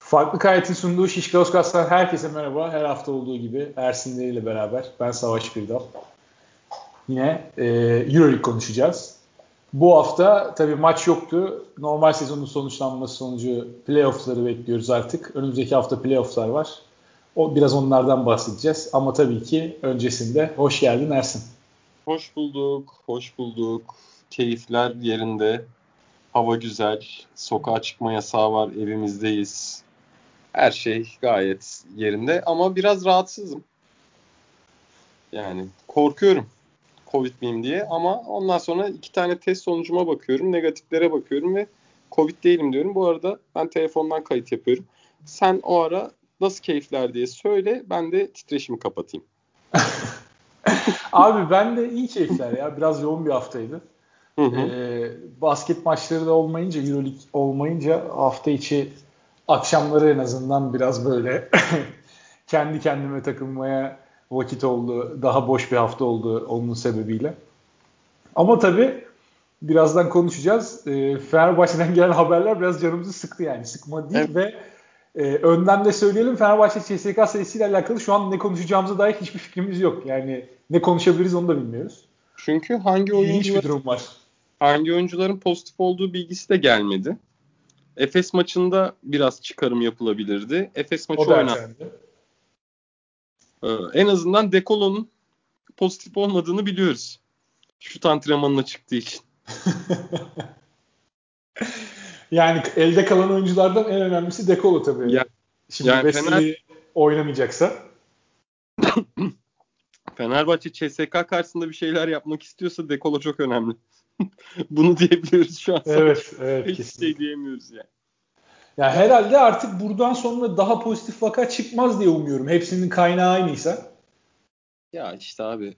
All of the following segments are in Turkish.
Farklı Kayıt'ın sunduğu Şişko Özkas'tan herkese merhaba. Her hafta olduğu gibi Ersin'le ile beraber ben Savaş Birdal. Yine Euroleague konuşacağız. Bu hafta tabii maç yoktu. Normal sezonun sonuçlanması sonucu playoff'ları bekliyoruz artık. Önümüzdeki hafta playoff'lar var. Biraz onlardan bahsedeceğiz. Ama tabii ki öncesinde hoş geldin Ersin. Hoş bulduk, hoş bulduk. Keyifler yerinde. Hava güzel. Sokağa çıkma yasağı var. Evimizdeyiz. Her şey gayet yerinde ama biraz rahatsızım. Yani korkuyorum Covid miyim diye ama ondan sonra 2 tane test sonucuma bakıyorum. Negatiflere bakıyorum ve Covid değilim diyorum. Bu arada ben telefondan kayıt yapıyorum. Sen o ara nasıl keyifler diye söyle. Ben de titreşimi kapatayım. Abi ben de iyi keyifler ya. Biraz yoğun bir haftaydı. Hı hı. Basket maçları da olmayınca, Euroleague olmayınca hafta içi akşamları en azından biraz böyle kendi kendime takılmaya vakit oldu. Daha boş bir hafta oldu onun sebebiyle. Ama tabii birazdan konuşacağız. Fenerbahçe'den gelen haberler biraz canımızı sıktı yani. Sıkma Evet. değil ve önden de söyleyelim, Fenerbahçe CSKA serisiyle alakalı şu an ne konuşacağımıza dair hiçbir fikrimiz yok. Yani ne konuşabiliriz onu da bilmiyoruz. Çünkü İlginç bir durum var. hangi oyuncuların pozitif olduğu bilgisi de gelmedi. Efes maçında biraz çıkarım yapılabilirdi. Efes O maçı da oynandı. ertelendi. En azından Dekolo'nun pozitif olmadığını biliyoruz. Şut antrenmanına çıktığı için. Yani elde kalan oyunculardan en önemlisi Dekolo tabii. Ya, Şimdi yani Veseli oynamayacaksa. Fenerbahçe CSKA karşısında bir şeyler yapmak istiyorsa Dekolo çok önemli. Bunu diyebiliyoruz şu an sadece. Evet, evet Hiçbir şey kesinlikle. diyemiyoruz yani. Ya herhalde artık buradan sonra daha pozitif vaka çıkmaz diye umuyorum. Hepsinin kaynağı aynıysa. Ya işte abi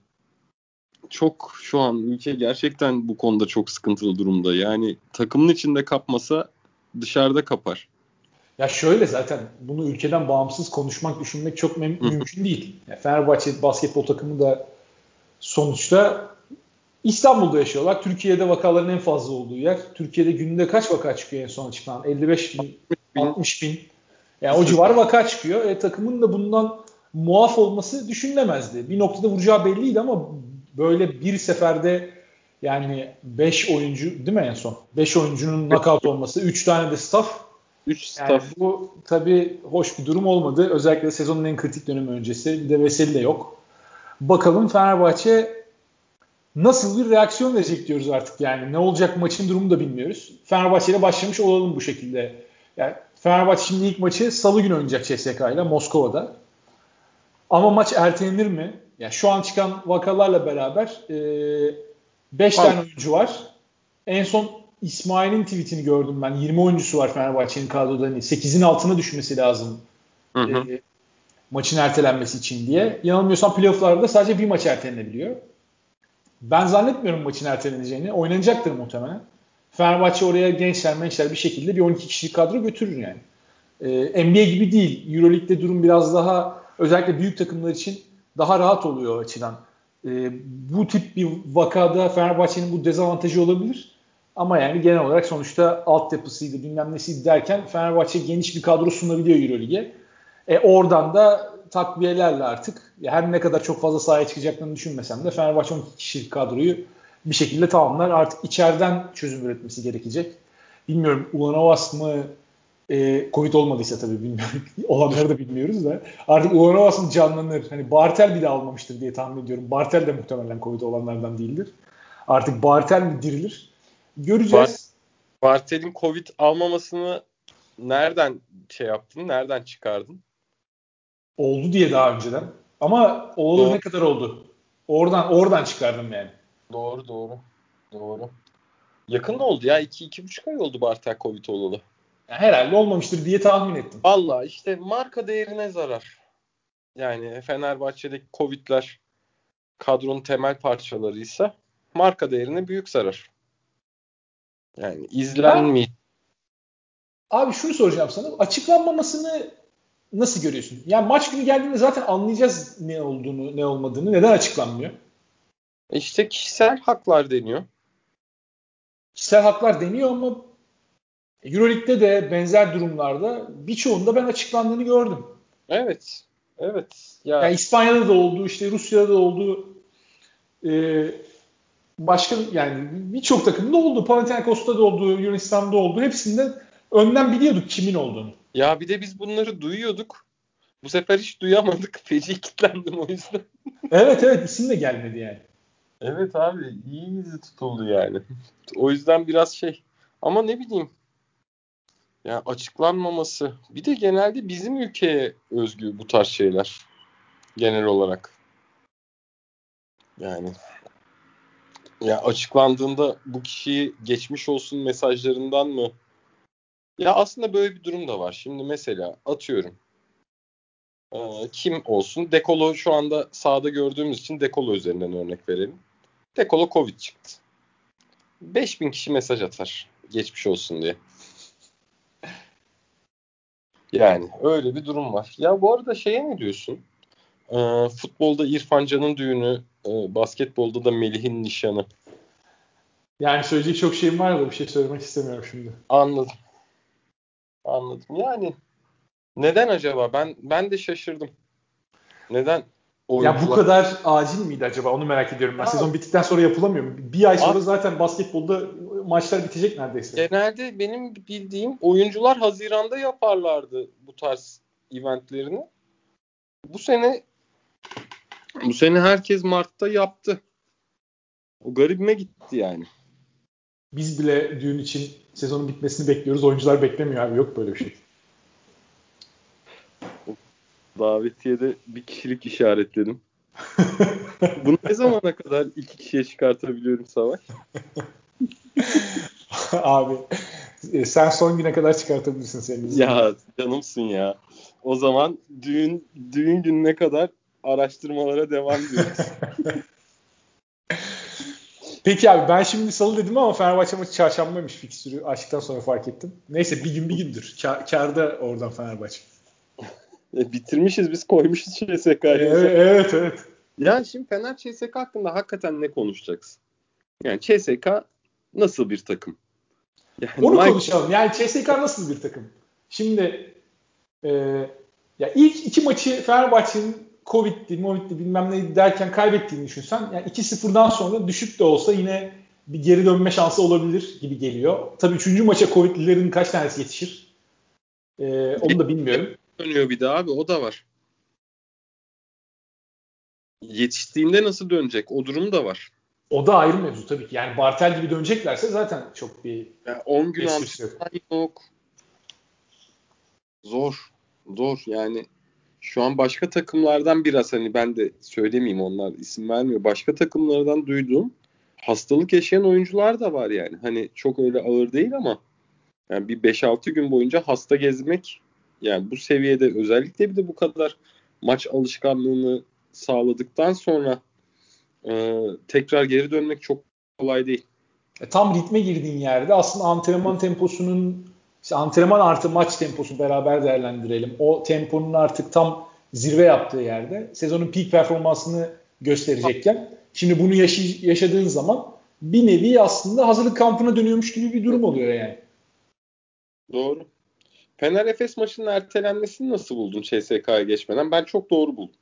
çok şu an ülke gerçekten bu konuda çok sıkıntılı durumda. Yani takımın içinde kapmasa dışarıda kapar. Ya şöyle zaten bunu ülkeden bağımsız konuşmak, düşünmek çok mümkün değil. Ya Fenerbahçe basketbol takımı da sonuçta İstanbul'da yaşıyorlar. Türkiye'de vakaların en fazla olduğu yer. Türkiye'de günde kaç vaka çıkıyor en son açıklanan? 55 bin, 60 bin. Yani o Küsür. civar vaka çıkıyor. Takımın da bundan muaf olması düşünülemezdi. Bir noktada vuracağı belliydi ama böyle bir seferde yani 5 oyuncu değil mi en son? 5 oyuncunun knockout olması, 3 tane de staff. 3 Yani staff. bu tabii hoş bir durum olmadı. Özellikle sezonun en kritik dönemi öncesi. Bir de Veseli de yok. Bakalım Fenerbahçe nasıl bir reaksiyon verecek diyoruz artık yani. Ne olacak maçın durumu da bilmiyoruz. Fenerbahçe ile başlamış olalım bu şekilde. Yani Fenerbahçe şimdi ilk maçı Salı günü oynayacak CSKA ile Moskova'da. Ama maç ertelenir mi? Yani şu an çıkan vakalarla beraber 5 Vallahi. tane oyuncu var. En son İsmail'in tweetini gördüm ben. 20 oyuncusu var Fenerbahçe'nin kadroda. 8'in altına düşmesi lazım Hı e, hı. maçın ertelenmesi için diye. Yanılmıyorsam playoff'larda sadece bir maç ertelenebiliyor. Ben zannetmiyorum maçın erteleneceğini. Oynanacaktır muhtemelen. Fenerbahçe oraya gençler bir şekilde bir 12 kişilik kadro götürür yani. NBA gibi değil. Euroleague'de durum biraz daha özellikle büyük takımlar için daha rahat oluyor o açıdan. Bu tip bir vakada Fenerbahçe'nin bu dezavantajı olabilir. Ama yani genel olarak sonuçta altyapısıydı bilmem nesiydi derken Fenerbahçe geniş bir kadro sunabiliyor Euroleague'e. Oradan da takviyelerle artık her ne kadar çok fazla sahaya çıkacaklarını düşünmesem de Fenerbahçe 12 kişilik kadroyu bir şekilde tamamlar. Artık içeriden çözüm üretmesi gerekecek. Bilmiyorum Ulanovas mı Covid olmadıysa tabii bilmiyorum. Olanları da bilmiyoruz da. Artık Ulanovas mı canlanır? Hani Bartel bile almamıştır diye tahmin ediyorum. Bartel de muhtemelen Covid olanlardan değildir. Artık Bartel mi dirilir? Bar- Göreceğiz. Bartel'in Covid almamasını nereden şey yaptın? Nereden çıkardın? Oldu diye daha önceden. Ama olalı Doğru, ne kadar oldu? Oradan çıkardım yani. doğru, doğru. Doğru. Yakın da oldu ya. 2,5 ay oldu Bartel Covid olalı. Yani herhalde olmamıştır diye tahmin ettim. Valla işte marka değerine zarar. Yani Fenerbahçe'deki Covid'ler kadronun temel parçalarıysa marka değerine büyük zarar. Yani Ben izlenmeyi. abi şunu soracağım sana. Açıklanmamasını nasıl görüyorsun? Yani maç günü geldiğinde zaten anlayacağız ne olduğunu, ne olmadığını. Neden açıklanmıyor? İşte kişisel haklar deniyor. Kişisel haklar deniyor ama Euroleague'de de benzer durumlarda birçoğunda ben açıklandığını gördüm. Evet. Evet. Yani İspanya'da da oldu, işte Rusya'da da oldu. Başka yani birçok takımda oldu. Panathinaikos'ta da oldu, Yunanistan'da oldu. Hepsinde önden biliyorduk kimin olduğunu. Ya bir de biz bunları duyuyorduk. Bu sefer hiç duyamadık. Feci kilitlendim o yüzden. Evet isim de gelmedi yani. Evet abi iyi izi tutuldu yani. O yüzden biraz şey. Ama ne bileyim. Ya açıklanmaması. Bir de genelde bizim ülkeye özgü bu tarz şeyler. Genel olarak. Yani ya açıklandığında bu kişiyi geçmiş olsun mesajlarından mı? Ya aslında böyle bir durum da var. Şimdi mesela atıyorum. Kim olsun? Dekolo şu anda sahada gördüğümüz için Dekolo üzerinden örnek verelim. Dekolo Covid çıktı. 5.000 kişi mesaj atar. Geçmiş olsun diye. Yani öyle bir durum var. Ya bu arada şeye ne diyorsun? Futbolda İrfan Can'ın düğünü, basketbolda da Melih'in nişanı. Yani söyleyecek çok şeyim var da bir şey söylemek istemiyorum şimdi. Anladım. Anladım. Yani neden acaba? Ben de şaşırdım. Neden Ya bu oyuncular? kadar acil miydi acaba? Onu merak ediyorum ben. Ya, Sezon bittikten sonra yapılamıyor mu? Bir ay sonra abi, zaten basketbolda maçlar bitecek neredeyse. genelde benim bildiğim oyuncular Haziran'da yaparlardı bu tarz eventlerini. Bu sene herkes Mart'ta yaptı. O garibime gitti yani. Biz bile düğün için sezonun bitmesini bekliyoruz. Oyuncular beklemiyor abi. Yok böyle bir şey. Davetiyede bir kişilik işaretledim. Bunu ne zamana kadar 2 kişiye çıkartabiliyorum Savaş? Abi sen son güne kadar çıkartabilirsin senin izniyle. Ya canımsın ya. O zaman düğün gününe kadar araştırmalara devam diyoruz. Peki abi ben şimdi salı dedim ama Fenerbahçe maçı çarşambaymış fikstürü açtıktan sonra fark ettim. Neyse bir gün bir gündür. Kârda oradan Fenerbahçe. Bitirmişiz biz koymuşuz CSK'yı o zaman. Evet. Ya şimdi Fener CSK hakkında hakikaten ne konuşacaksın? Yani CSK nasıl bir takım? Yani Onu Mike konuşalım. Yani CSKA nasıl bir takım? Şimdi e, ya ilk iki maçı Fenerbahçe'nin Covid'li bilmem ne derken kaybettiğini düşünsen yani 2-0'dan sonra düşük de olsa yine bir geri dönme şansı olabilir gibi geliyor. Tabii üçüncü maça Covid'lilerin kaç tanesi yetişir? Onu da bilmiyorum. dönüyor bir daha abi o da var. Yetiştiğinde nasıl dönecek? O durum da var. O da ayrı mevzu tabii ki. Yani Bartel gibi döneceklerse zaten çok bir Yani 10 gün esprisi yok. antrenman yok. Zor. Zor yani. Şu an başka takımlardan biraz hani ben de söylemeyeyim onlar isim vermiyor. Başka takımlardan duyduğum hastalık yaşayan oyuncular da var yani. Hani çok öyle ağır değil ama yani bir 5-6 gün boyunca hasta gezmek yani bu seviyede özellikle bir de bu kadar maç alışkanlığını sağladıktan sonra tekrar geri dönmek çok kolay değil. Tam ritme girdiğin yerde aslında antrenman temposunun işte antrenman artı maç temposu beraber değerlendirelim. O temponun artık tam zirve yaptığı yerde sezonun peak performansını gösterecekken şimdi bunu yaşadığın zaman bir nevi aslında hazırlık kampına dönüyormuş gibi bir durum oluyor yani. Doğru. Fener Efes maçının ertelenmesini nasıl buldun CSK'ya geçmeden? Ben çok doğru buldum.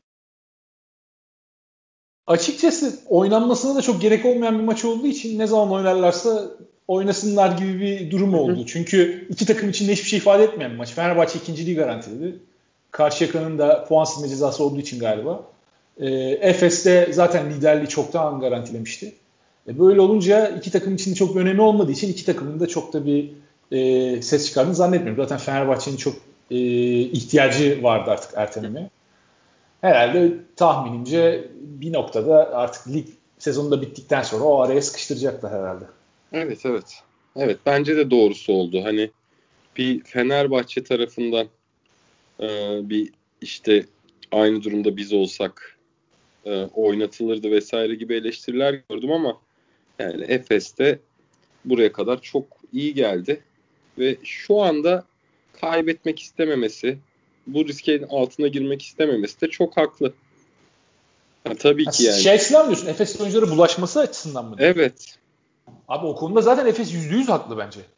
Açıkçası oynanmasına da çok gerek olmayan bir maç olduğu için ne zaman oynarlarsa oynasınlar gibi bir durum Hı hı. oldu. Çünkü iki takım için de hiçbir şey ifade etmeyen bir maç. Fenerbahçe ikinciliği garantiledi. Karşıyaka'nın da puan silme cezası olduğu için galiba. Efes de zaten liderliği çoktan garantilemişti. Böyle olunca iki takım için de çok bir önemi olmadığı için iki takımın da çok da bir ses çıkardığını zannetmiyorum. Zaten Fenerbahçe'nin çok ihtiyacı vardı artık ertelemeye. Herhalde tahminimce bir noktada artık lig sezonu da bittikten sonra o araya sıkıştıracaklar herhalde. Evet evet. Evet bence de doğrusu oldu. Hani bir Fenerbahçe tarafından bir işte aynı durumda biz olsak oynatılırdı vesaire gibi eleştiriler gördüm ama yani Efes'te buraya kadar çok iyi geldi ve şu anda kaybetmek istememesi, bu riskenin altına girmek istememesi de çok haklı. Ha, tabii Ha, ki yani. şey açısından mı diyorsun? Efes oyuncuları bulaşması açısından mı diyorsun? Evet. Abi o konuda zaten Efes %100 haklı bence.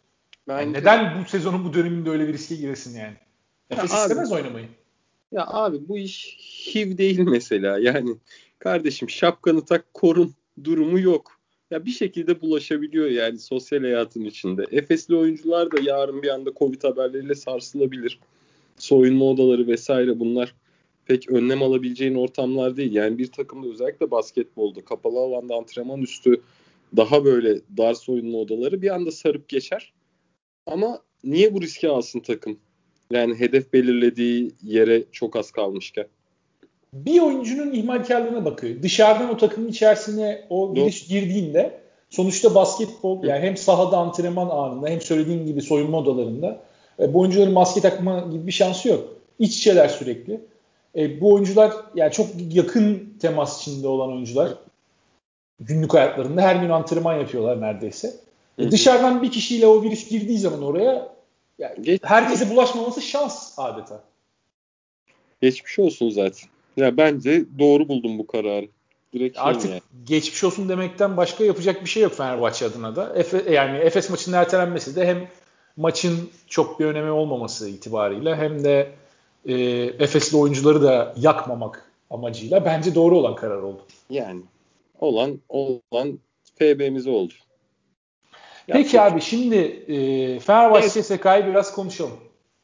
Yani neden bu sezonun bu döneminde öyle bir riske giresin yani? Efes istemez oynamayı. Ya abi bu iş HIV değil mesela. Yani kardeşim şapkanı tak korun durumu yok. Ya bir şekilde bulaşabiliyor yani sosyal hayatın içinde. Efesli oyuncular da yarın bir anda Covid haberleriyle sarsılabilir. Soyunma odaları vesaire bunlar pek önlem alabileceğin ortamlar değil. Yani bir takımda özellikle basketbolda kapalı alanda antrenman üstü daha böyle dar soyunma odaları bir anda sarıp geçer. Ama niye bu riski alsın takım? Yani hedef belirlediği yere çok az kalmışken. Bir oyuncunun ihmalkarlığına bakıyor. Dışarıdan o takımın içerisine o virüs girdiğinde sonuçta basketbol yani hem sahada antrenman anında hem söylediğim gibi soyunma odalarında bu oyuncuların maske takma gibi bir şansı yok. İç içeler sürekli. Bu oyuncular yani çok yakın temas içinde olan oyuncular günlük hayatlarında her gün antrenman yapıyorlar neredeyse. Dışarıdan bir kişiyle o virüs girdiği zaman oraya yani herkese bulaşmaması şans adeta. Geçmiş olsun zaten. Ya bence doğru buldum bu kararı. Direkt Artık yani. geçmiş olsun demekten başka yapacak bir şey yok Fenerbahçe adına da. Yani Efes maçının ertelenmesi de hem maçın çok bir önemi olmaması itibariyle hem de Efesli oyuncuları da yakmamak amacıyla bence doğru olan karar oldu. Yani olan FB'miz oldu. Peki abi şimdi Fenerbahçe CSK'yı biraz konuşalım.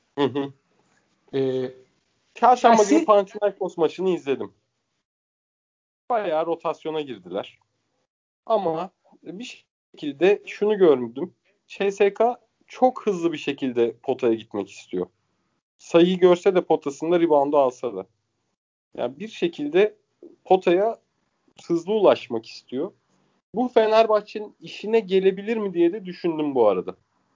Çarşamba günü Panathinaikos maçını izledim. Bayağı rotasyona girdiler. Ama bir şekilde şunu gördüm. CSK çok hızlı bir şekilde potaya gitmek istiyor. Sayıyı görse de potasında reboundu alsa da. Yani bir şekilde potaya hızlı ulaşmak istiyor. Bu Fenerbahçe'nin işine gelebilir mi diye de düşündüm bu arada.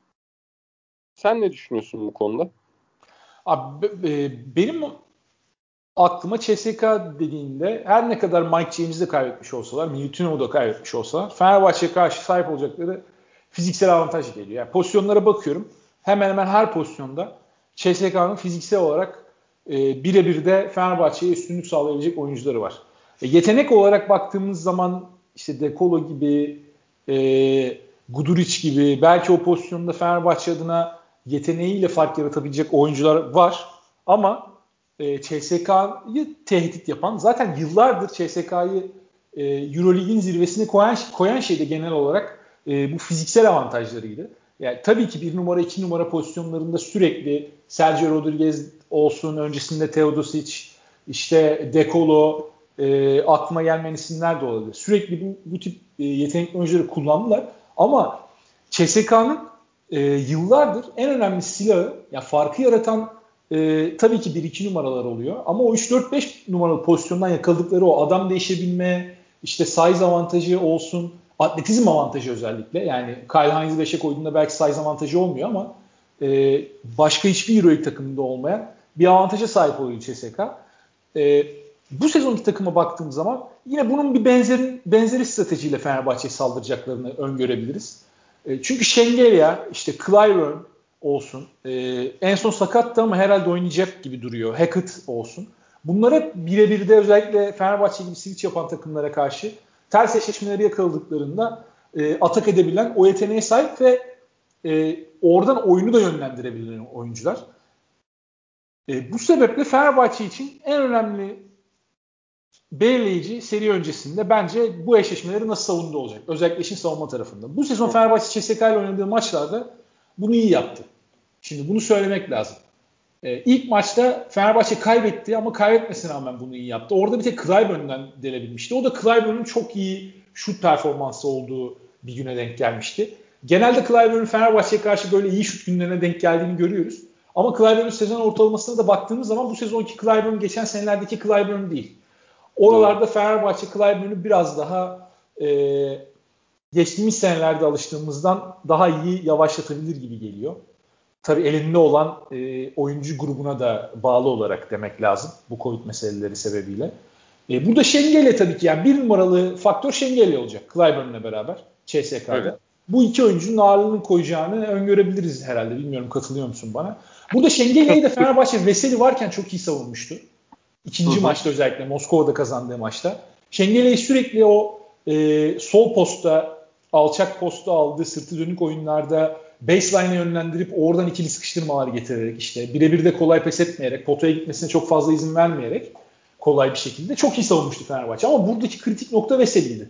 Sen ne düşünüyorsun bu konuda? Abi, benim aklıma CSK dediğinde her ne kadar Mike James'i de kaybetmiş olsalar, Milutinov'u da kaybetmiş olsalar Fenerbahçe'ye karşı sahip olacakları fiziksel avantaj geliyor. Yani pozisyonlara bakıyorum. Hemen hemen her pozisyonda CSK'nın fiziksel olarak birebir de Fenerbahçe'ye üstünlük sağlayabilecek oyuncuları var. Yetenek olarak baktığımız zaman işte De Colo gibi, Guduric gibi belki o pozisyonda Fenerbahçe adına yeteneğiyle fark yaratabilecek oyuncular var. Ama CSK'yı tehdit yapan zaten yıllardır CSK'yı Euroleague'in zirvesine koyan şey de genel olarak bu fiziksel avantajlarıydı. Yani tabii ki 1 numara 2 numara pozisyonlarında sürekli Sergio Rodriguez olsun, öncesinde Teodosic, işte De Colo, aklıma gelmeyen isimler de olabilir. Sürekli bu tip yetenekli oyuncuları kullandılar. Ama CSK'nın yıllardır en önemli silahı, ya farkı yaratan tabii ki 1-2 numaralar oluyor. Ama o 3-4-5 numaralı pozisyondan yakaladıkları o adam değişebilme, işte size avantajı olsun, atletizm avantajı özellikle. Yani Kyle Hines'i 5'e koyduğunda belki size avantajı olmuyor ama başka hiçbir Euroleague takımında olmayan bir avantaja sahip oluyor CSK. Bu sezonki takıma baktığım zaman yine bunun bir benzeri stratejiyle Fenerbahçe'ye saldıracaklarını öngörebiliriz. Çünkü Şengelya, işte Clyburn olsun. En son sakattı ama herhalde oynayacak gibi duruyor. Hackett olsun. Bunlara birebir de özellikle Fenerbahçe gibi switch yapan takımlara karşı ters eşleşmeleri yakaladıklarında atak edebilen o yeteneğe sahip ve oradan oyunu da yönlendirebilen oyuncular. Bu sebeple Fenerbahçe için en önemli belirleyici seri öncesinde bence bu eşleşmeleri nasıl savunduğu olacak. Özellikle işin savunma tarafında. Bu sezon Fenerbahçe CSK ile oynadığı maçlarda bunu iyi yaptı. Şimdi bunu söylemek lazım. İlk maçta Fenerbahçe kaybetti ama kaybetmesine rağmen bunu iyi yaptı. Orada bir tek Clyburn'dan delebilmişti. O da Clyburn'un çok iyi şut performansı olduğu bir güne denk gelmişti. Genelde Clyburn'un Fenerbahçe'ye karşı böyle iyi şut günlerine denk geldiğini görüyoruz. Ama Clyburn'un sezon ortalamasına da baktığımız zaman bu sezonki Clyburn geçen senelerdeki Clyburn değil. Oralarda Fenerbahçe Clyburn'u biraz daha geçtiğimiz senelerde alıştığımızdan daha iyi yavaşlatabilir gibi geliyor. Tabii elinde olan oyuncu grubuna da bağlı olarak demek lazım bu Covid meseleleri sebebiyle. Burada Şengelya tabii ki yani bir numaralı faktör Şengelya olacak Clyburn'la beraber CSK'da. Evet. Bu iki oyuncunun ağırlığını koyacağını öngörebiliriz herhalde. Bilmiyorum katılıyor musun bana? Burada Şengelya'yı da Fenerbahçe Veseli varken çok iyi savunmuştu. İkinci maçta özellikle Moskova'da kazandığı maçta. Şengelya'yı sürekli o sol postta, alçak posta aldığı sırtı dönük oyunlarda baseline'e yönlendirip oradan ikili sıkıştırmalar getirerek işte birebir de kolay pes etmeyerek, potaya gitmesine çok fazla izin vermeyerek kolay bir şekilde çok iyi savunmuştu Fenerbahçe. Ama buradaki kritik nokta Veseli'ydi.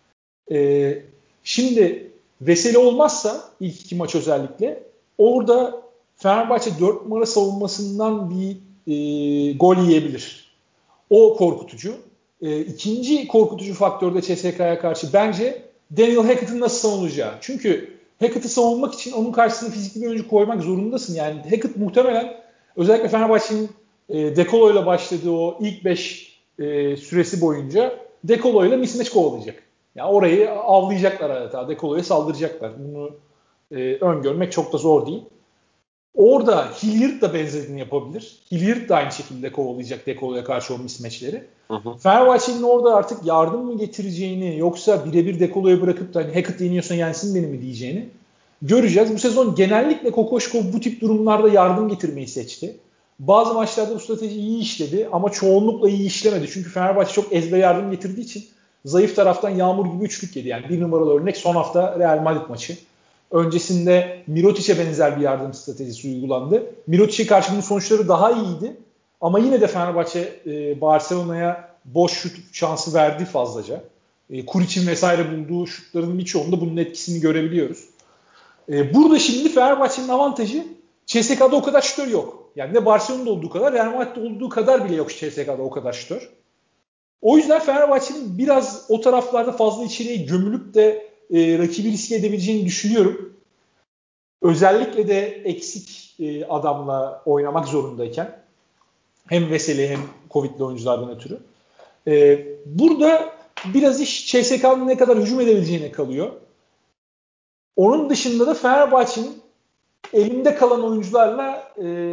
Şimdi Veseli olmazsa ilk iki maç özellikle orada Fenerbahçe 4 numara savunmasından bir gol yiyebilir. O korkutucu. İkinci korkutucu faktör de CSK'ya karşı bence Daniel Hackett'ın nasıl savunacağı. Çünkü Hackett'ı savunmak için onun karşısına fizikli bir oyuncu koymak zorundasın. Yani Hackett muhtemelen özellikle Fenerbahçe'nin De Colo'yla başladığı o ilk 5 süresi boyunca De Colo'yla mismatch kovalayacak. Yani orayı avlayacaklar adeta. De Colo'ya saldıracaklar. Bunu öngörmek çok da zor değil. Orada Hilliard da benzerini yapabilir. Hilliard da aynı şekilde kovalayacak De Colo'ya karşı o mismatchleri. Fenerbahçe'nin orada artık yardım mı getireceğini yoksa birebir De Colo'ya bırakıp da hani Hackett yeniyorsa yensin beni mi diyeceğini göreceğiz. Bu sezon genellikle Kokoşkov bu tip durumlarda yardım getirmeyi seçti. Bazı maçlarda bu strateji iyi işledi ama çoğunlukla iyi işlemedi. Çünkü Fenerbahçe çok ezbe yardım getirdiği için zayıf taraftan yağmur gibi üçlük yedi. Yani bir numaralı örnek son hafta Real Madrid maçı. Öncesinde Mirotic'e benzer bir yardım stratejisi uygulandı. Mirotic'e karşı bunun sonuçları daha iyiydi. Ama yine de Fenerbahçe Barcelona'ya boş şut şansı verdi fazlaca. Kuric'in vesaire bulduğu şutların birçoğunda bunun etkisini görebiliyoruz. Burada şimdi Fenerbahçe'nin avantajı CSK'da o kadar şutör yok. Yani ne Barcelona'da olduğu kadar Real Madrid'de olduğu kadar bile yok CSK'da o kadar şutör. O yüzden Fenerbahçe'nin biraz o taraflarda fazla içeriye gömülüp de rakibi riske edebileceğini düşünüyorum. Özellikle de eksik adamla oynamak zorundayken hem Veseli hem Covid'li oyunculardan ötürü. Burada biraz iş CSK'nın ne kadar hücum edebileceğine kalıyor. Onun dışında da Fenerbahçe'nin elinde kalan oyuncularla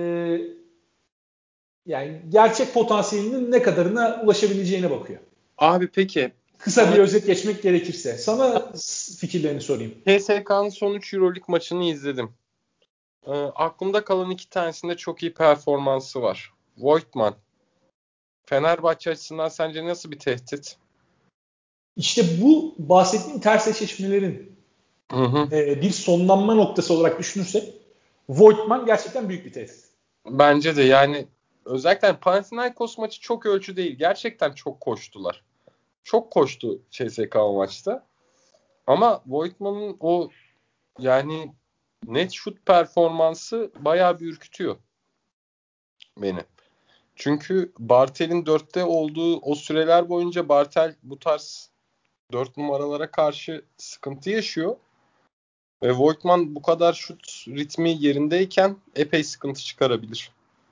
yani gerçek potansiyelinin ne kadarına ulaşabileceğine bakıyor. Abi peki. Kısa bir özet geçmek gerekirse. Sana fikirlerini sorayım. CSK'nın son 3 Euroleague maçını izledim. Aklımda kalan 2 tanesinde çok iyi performansı var. Voigtman. Fenerbahçe açısından sence nasıl bir tehdit? İşte bu bahsettiğim ters eşleşmelerin bir sonlanma noktası olarak düşünürsek Voigtman gerçekten büyük bir tehdit. Bence de yani özellikle Panathinaikos maçı çok ölçü değil. Gerçekten çok koştular. Çok koştu CSKA maçta. Ama Voigtman'ın o yani net şut performansı bayağı bir ürkütüyor beni. Çünkü Bartel'in 4'te olduğu o süreler boyunca Bartel bu tarz 4 numaralara karşı sıkıntı yaşıyor. Ve Voigtman bu kadar şut ritmi yerindeyken epey sıkıntı çıkarabilir.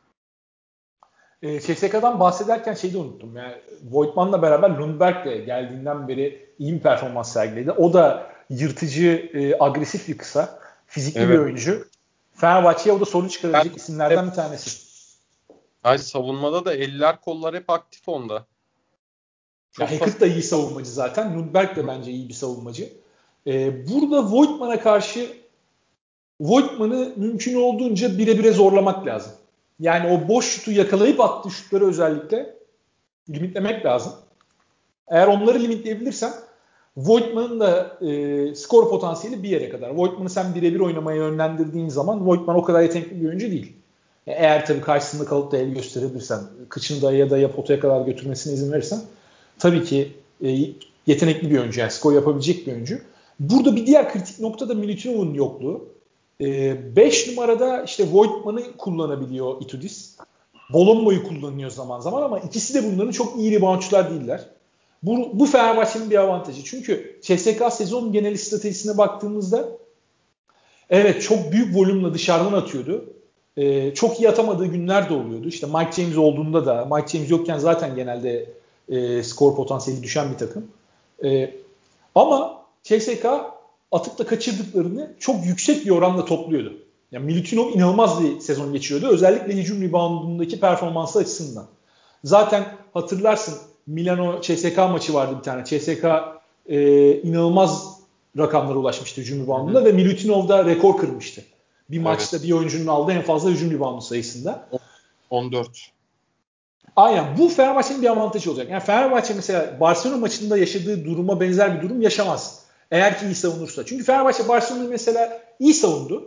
CSK'dan bahsederken şeyi de unuttum. Yani Voigtman'la beraber Lundberg de geldiğinden beri iyi bir performans sergiledi. O da yırtıcı, agresif bir kısa. Fizikli bir oyuncu. Fenerbahçe'ye o da sorun çıkarabilecek isimlerden bir tanesi. Ay savunmada da eller kollar hep aktif onda. Hackett da iyi savunmacı zaten. Lundberg de bence iyi bir savunmacı. Burada Voigtman'a karşı Voigtman'ı mümkün olduğunca bire zorlamak lazım. Yani o boş şutu yakalayıp attığı şutları özellikle limitlemek lazım. Eğer onları limitleyebilirsen Voigtman'ın da skor potansiyeli bir yere kadar. Voigtman'ı sen birebir oynamaya yönlendirdiğin zaman Voigtman o kadar yetenekli bir oyuncu değil. Eğer tabii karşısında kalıp da el gösterebilirsen, kıçını da potaya kadar götürmesine izin verirsen tabii ki yetenekli bir oyuncu. Yani skor yapabilecek bir oyuncu. Burada bir diğer kritik nokta da Milutinov'un yokluğu. 5 numarada işte Voigtman'ı kullanabiliyor Itudis. Bolombo'yu kullanıyor zaman zaman ama ikisi de bunların çok iyi reboundçular değiller. Bu Fenerbahçe'nin bir avantajı. Çünkü CSK sezon genel stratejisine baktığımızda evet çok büyük volümle dışarıdan atıyordu. Çok iyi atamadığı günler de oluyordu. İşte Mike James olduğunda da Mike James yokken zaten genelde skor potansiyeli düşen bir takım. Ama CSK atıp da kaçırdıklarını çok yüksek bir oranla topluyordu. Yani Milutinov inanılmaz bir sezon geçiriyordu. Özellikle hücum reboundundaki performansı açısından. Zaten hatırlarsın Milano CSK maçı vardı bir tane. CSK inanılmaz rakamlara ulaşmıştı hücum reboundunda ve Milutinov da rekor kırmıştı. Bir maçta bir oyuncunun aldığı en fazla hücum reboundu sayısında. 14. Aynen. Bu Fenerbahçe'nin bir avantajı olacak. Yani Fenerbahçe mesela Barcelona maçında yaşadığı duruma benzer bir durum yaşamaz. Eğer ki iyi savunursa. Çünkü Fenerbahçe Barcelona'yı mesela iyi savundu.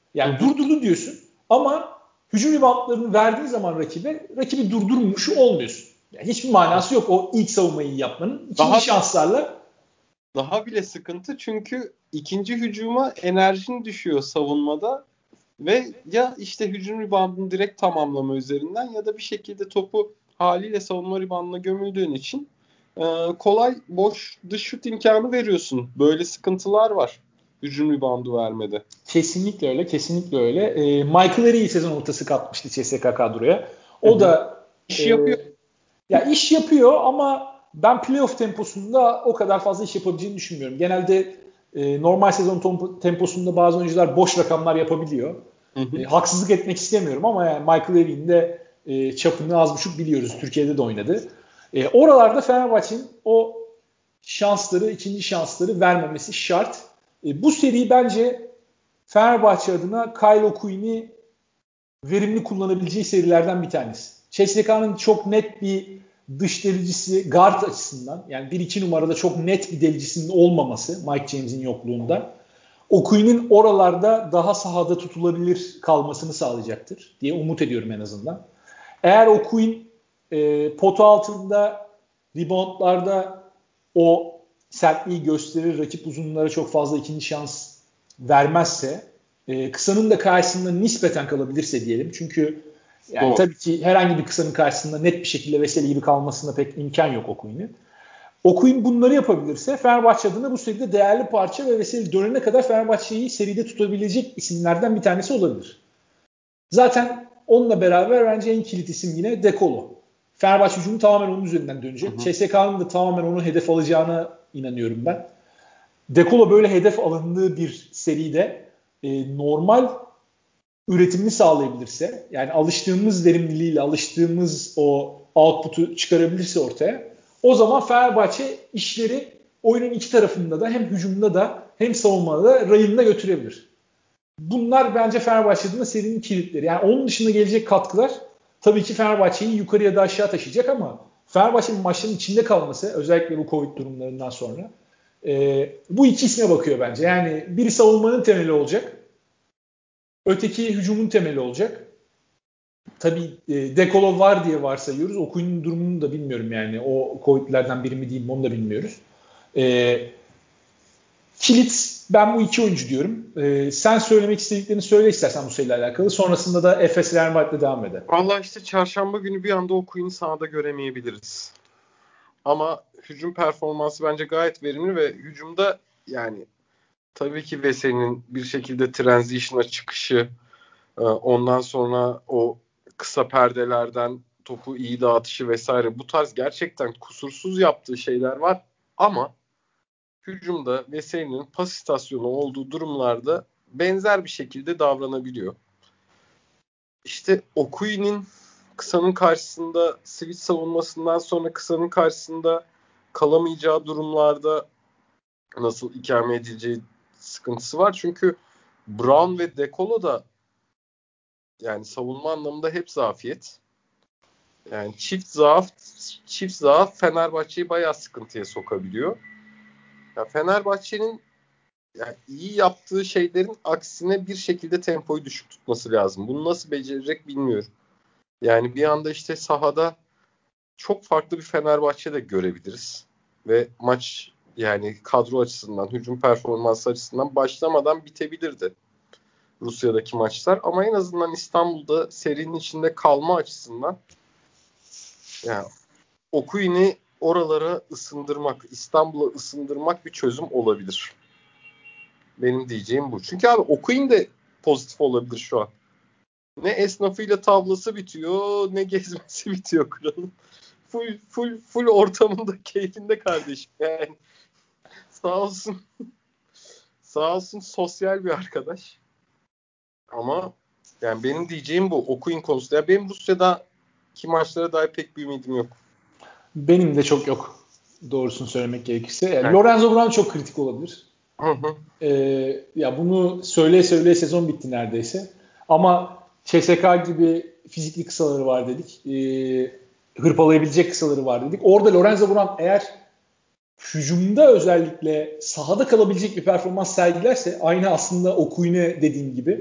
Yani durdurdu diyorsun ama hücum reboundlarını verdiğin zaman rakibi durdurmuş olmuyorsun. Yani hiçbir manası yok o ilk savunmayı yapmanın. İkinci şanslarla. Daha bile sıkıntı çünkü ikinci hücuma enerjin düşüyor savunmada ve ya işte hücum reboundını direkt tamamlama üzerinden ya da bir şekilde topu haliyle savunma reboundına gömüldüğün için kolay boş dış şut imkanı veriyorsun. Böyle sıkıntılar var hücum reboundu vermede. Kesinlikle öyle, kesinlikle öyle. Michael Erie'yi sezon ortası katmıştı CSKA kadroya. O da iş yapıyor. Ya iş yapıyor ama ben playoff temposunda o kadar fazla iş yapabileceğini düşünmüyorum. Genelde normal sezon temposunda bazı oyuncular boş rakamlar yapabiliyor. Haksızlık etmek istemiyorum ama yani Michael Erie'nin de çapını az buçuk biliyoruz. Türkiye'de de oynadı. Oralarda Fenerbahçe'nin o şansları, ikinci şansları vermemesi şart. Bu seri bence Fenerbahçe adına Kyle O'Quinn'i verimli kullanabileceği serilerden bir tanesi. CSKA'nın çok net bir dış delicisi guard açısından, yani 1-2 numarada çok net bir delicisinin olmaması Mike James'in yokluğunda O'Quinn'in oralarda daha sahada tutulabilir kalmasını sağlayacaktır diye umut ediyorum en azından. Eğer O'Quinn potu altında reboundlarda o sertliği gösterir, rakip uzunlara çok fazla ikinci şans vermezse, kısanın da karşısında nispeten kalabilirse diyelim. Çünkü yani tabii ki herhangi bir kısanın karşısında net bir şekilde Veseli gibi kalmasına pek imkan yok O'Quinn'in. O'Quinn bunları yapabilirse Fenerbahçe adına bu seride değerli parça ve Veseli dönene kadar Fenerbahçe'yi seride tutabilecek isimlerden bir tanesi olabilir. Zaten onunla beraber bence en kilit isim yine De Colo. Fenerbahçe hücumu tamamen onun üzerinden dönecek. CSK'nın da tamamen onu hedef alacağına inanıyorum ben. De Colo böyle hedef alındığı bir seride normal üretimini sağlayabilirse, yani alıştığımız verimliliğiyle, alıştığımız o output'u çıkarabilirse ortaya, o zaman Fenerbahçe işleri oyunun iki tarafında da hem hücumda da hem savunmada da rayında götürebilir. Bunlar bence Fenerbahçe adına serinin kilitleri. Yani onun dışında gelecek katkılar tabii ki Fenerbahçe'yi yukarıya da aşağı taşıyacak ama Fenerbahçe'nin maçların içinde kalması, özellikle bu Covid durumlarından sonra bu iki isme bakıyor bence. Yani biri savunmanın temeli olacak. Öteki hücumun temeli olacak. Tabii De Colo var diye varsayıyoruz. O'Quinn'in durumunu da bilmiyorum yani. O Covid'lerden biri mi değil mi onu da bilmiyoruz. Kilit ben bu iki oyuncu diyorum. Sen söylemek istediklerini söyle istersen bu seriyle alakalı. Sonrasında da Efes Real Madrid'le devam edelim. Vallahi işte çarşamba günü bir anda O'Quinn'i sahada göremeyebiliriz. Ama hücum performansı bence gayet verimli ve hücumda yani tabii ki Veseli'nin bir şekilde transition'a çıkışı, ondan sonra o kısa perdelerden topu iyi dağıtışı vesaire bu tarz gerçekten kusursuz yaptığı şeyler var. Ama hücumda Veseli'nin pas istasyonu olduğu durumlarda benzer bir şekilde davranabiliyor. İşte O'Quinn'in kısanın karşısında switch savunmasından sonra kısanın karşısında kalamayacağı durumlarda nasıl ikame edileceği sıkıntısı var. Çünkü Brown ve De Colo da yani savunma anlamında hep zafiyet. Yani çift zaaf Fenerbahçe'yi bayağı sıkıntıya sokabiliyor. Ya Fenerbahçe'nin yani iyi yaptığı şeylerin aksine bir şekilde tempoyu düşük tutması lazım. Bunu nasıl becerecek bilmiyorum. Yani bir anda işte sahada çok farklı bir Fenerbahçe de görebiliriz. Ve maç yani kadro açısından, hücum performansı açısından başlamadan bitebilirdi Rusya'daki maçlar. Ama en azından İstanbul'da serinin içinde kalma açısından yani O'Quinn'i oralara ısındırmak, İstanbul'a ısındırmak bir çözüm olabilir. Benim diyeceğim bu. Çünkü abi O'Quinn de pozitif olabilir şu an. Ne esnafıyla tablası bitiyor, ne gezmesi bitiyor kralım. Full ortamında keyfinde kardeşim. Yani sağ olsun. Sağ olsun sosyal bir arkadaş. Ama yani benim diyeceğim bu O'Quinn konusunda. Ya benim Rusya'daki maçlara dair pek bir ümidim yok. Benim de çok yok. Doğrusunu söylemek gerekirse. Yani Evet. Lorenzo Brown çok kritik olabilir. Hı. Ya bunu söyleye sezon bitti neredeyse. Ama CSK gibi fizikli kısaları var dedik. Hırpalayabilecek kısaları var dedik. Orada Lorenzo Brown eğer hücumda özellikle sahada kalabilecek bir performans sergilerse aynı aslında O'Quinn'e dediğim gibi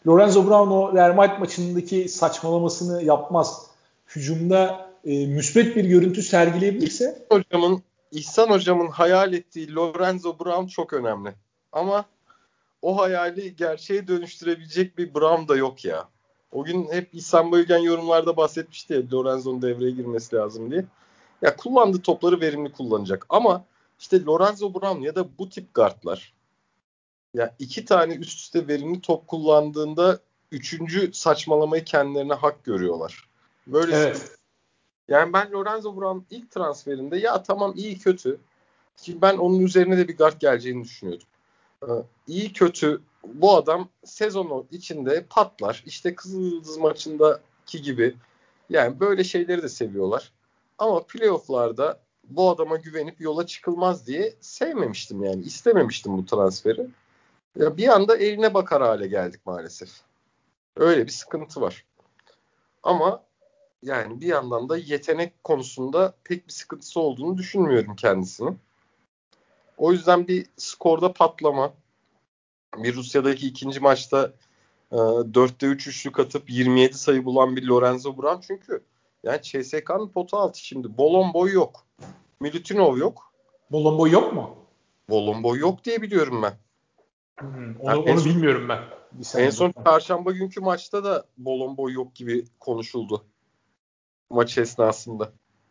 Lorenzo Brown o Real Madrid maçındaki saçmalamasını yapmaz. Hücumda müsbet bir görüntü sergileyebilirse. İhsan hocamın hayal ettiği Lorenzo Brown çok önemli. Ama o hayali gerçeğe dönüştürebilecek bir Brown da yok ya. O gün hep İhsan Bayülgen yorumlarda bahsetmişti ya Lorenzo'nun devreye girmesi lazım diye. Ya kullandığı topları verimli kullanacak. Ama işte Lorenzo Brown ya da bu tip guardlar ya 2 tane üst üste verimli top kullandığında 3. saçmalamayı kendilerine hak görüyorlar. Böyle Evet. Yani ben Lorenzo Brown ilk transferinde ya tamam iyi kötü. Ki ben onun üzerine de bir guard geleceğini düşünüyordum. İyi kötü bu adam sezonu içinde patlar. İşte Kızılyıldız maçındaki gibi. Yani böyle şeyleri de seviyorlar. Ama playoff'larda bu adama güvenip yola çıkılmaz diye sevmemiştim yani. İstememiştim bu transferi. Ya bir anda eline bakar hale geldik maalesef. Öyle bir sıkıntı var. Ama yani bir yandan da yetenek konusunda pek bir sıkıntısı olduğunu düşünmüyorum kendisinin. O yüzden bir skorda patlama, bir Rusya'daki ikinci maçta 4'te 3 üçlük atıp 27 sayı bulan bir Lorenzo Brown çünkü yani CSK'nın pota altı şimdi. Bolomboy yok. Milutinov yok. Bolomboy yok mu? Bolomboy yok diye biliyorum ben. Yani Onu bilmiyorum ben. En son çarşamba günkü maçta da Bolomboy yok gibi konuşuldu. Maç esnasında.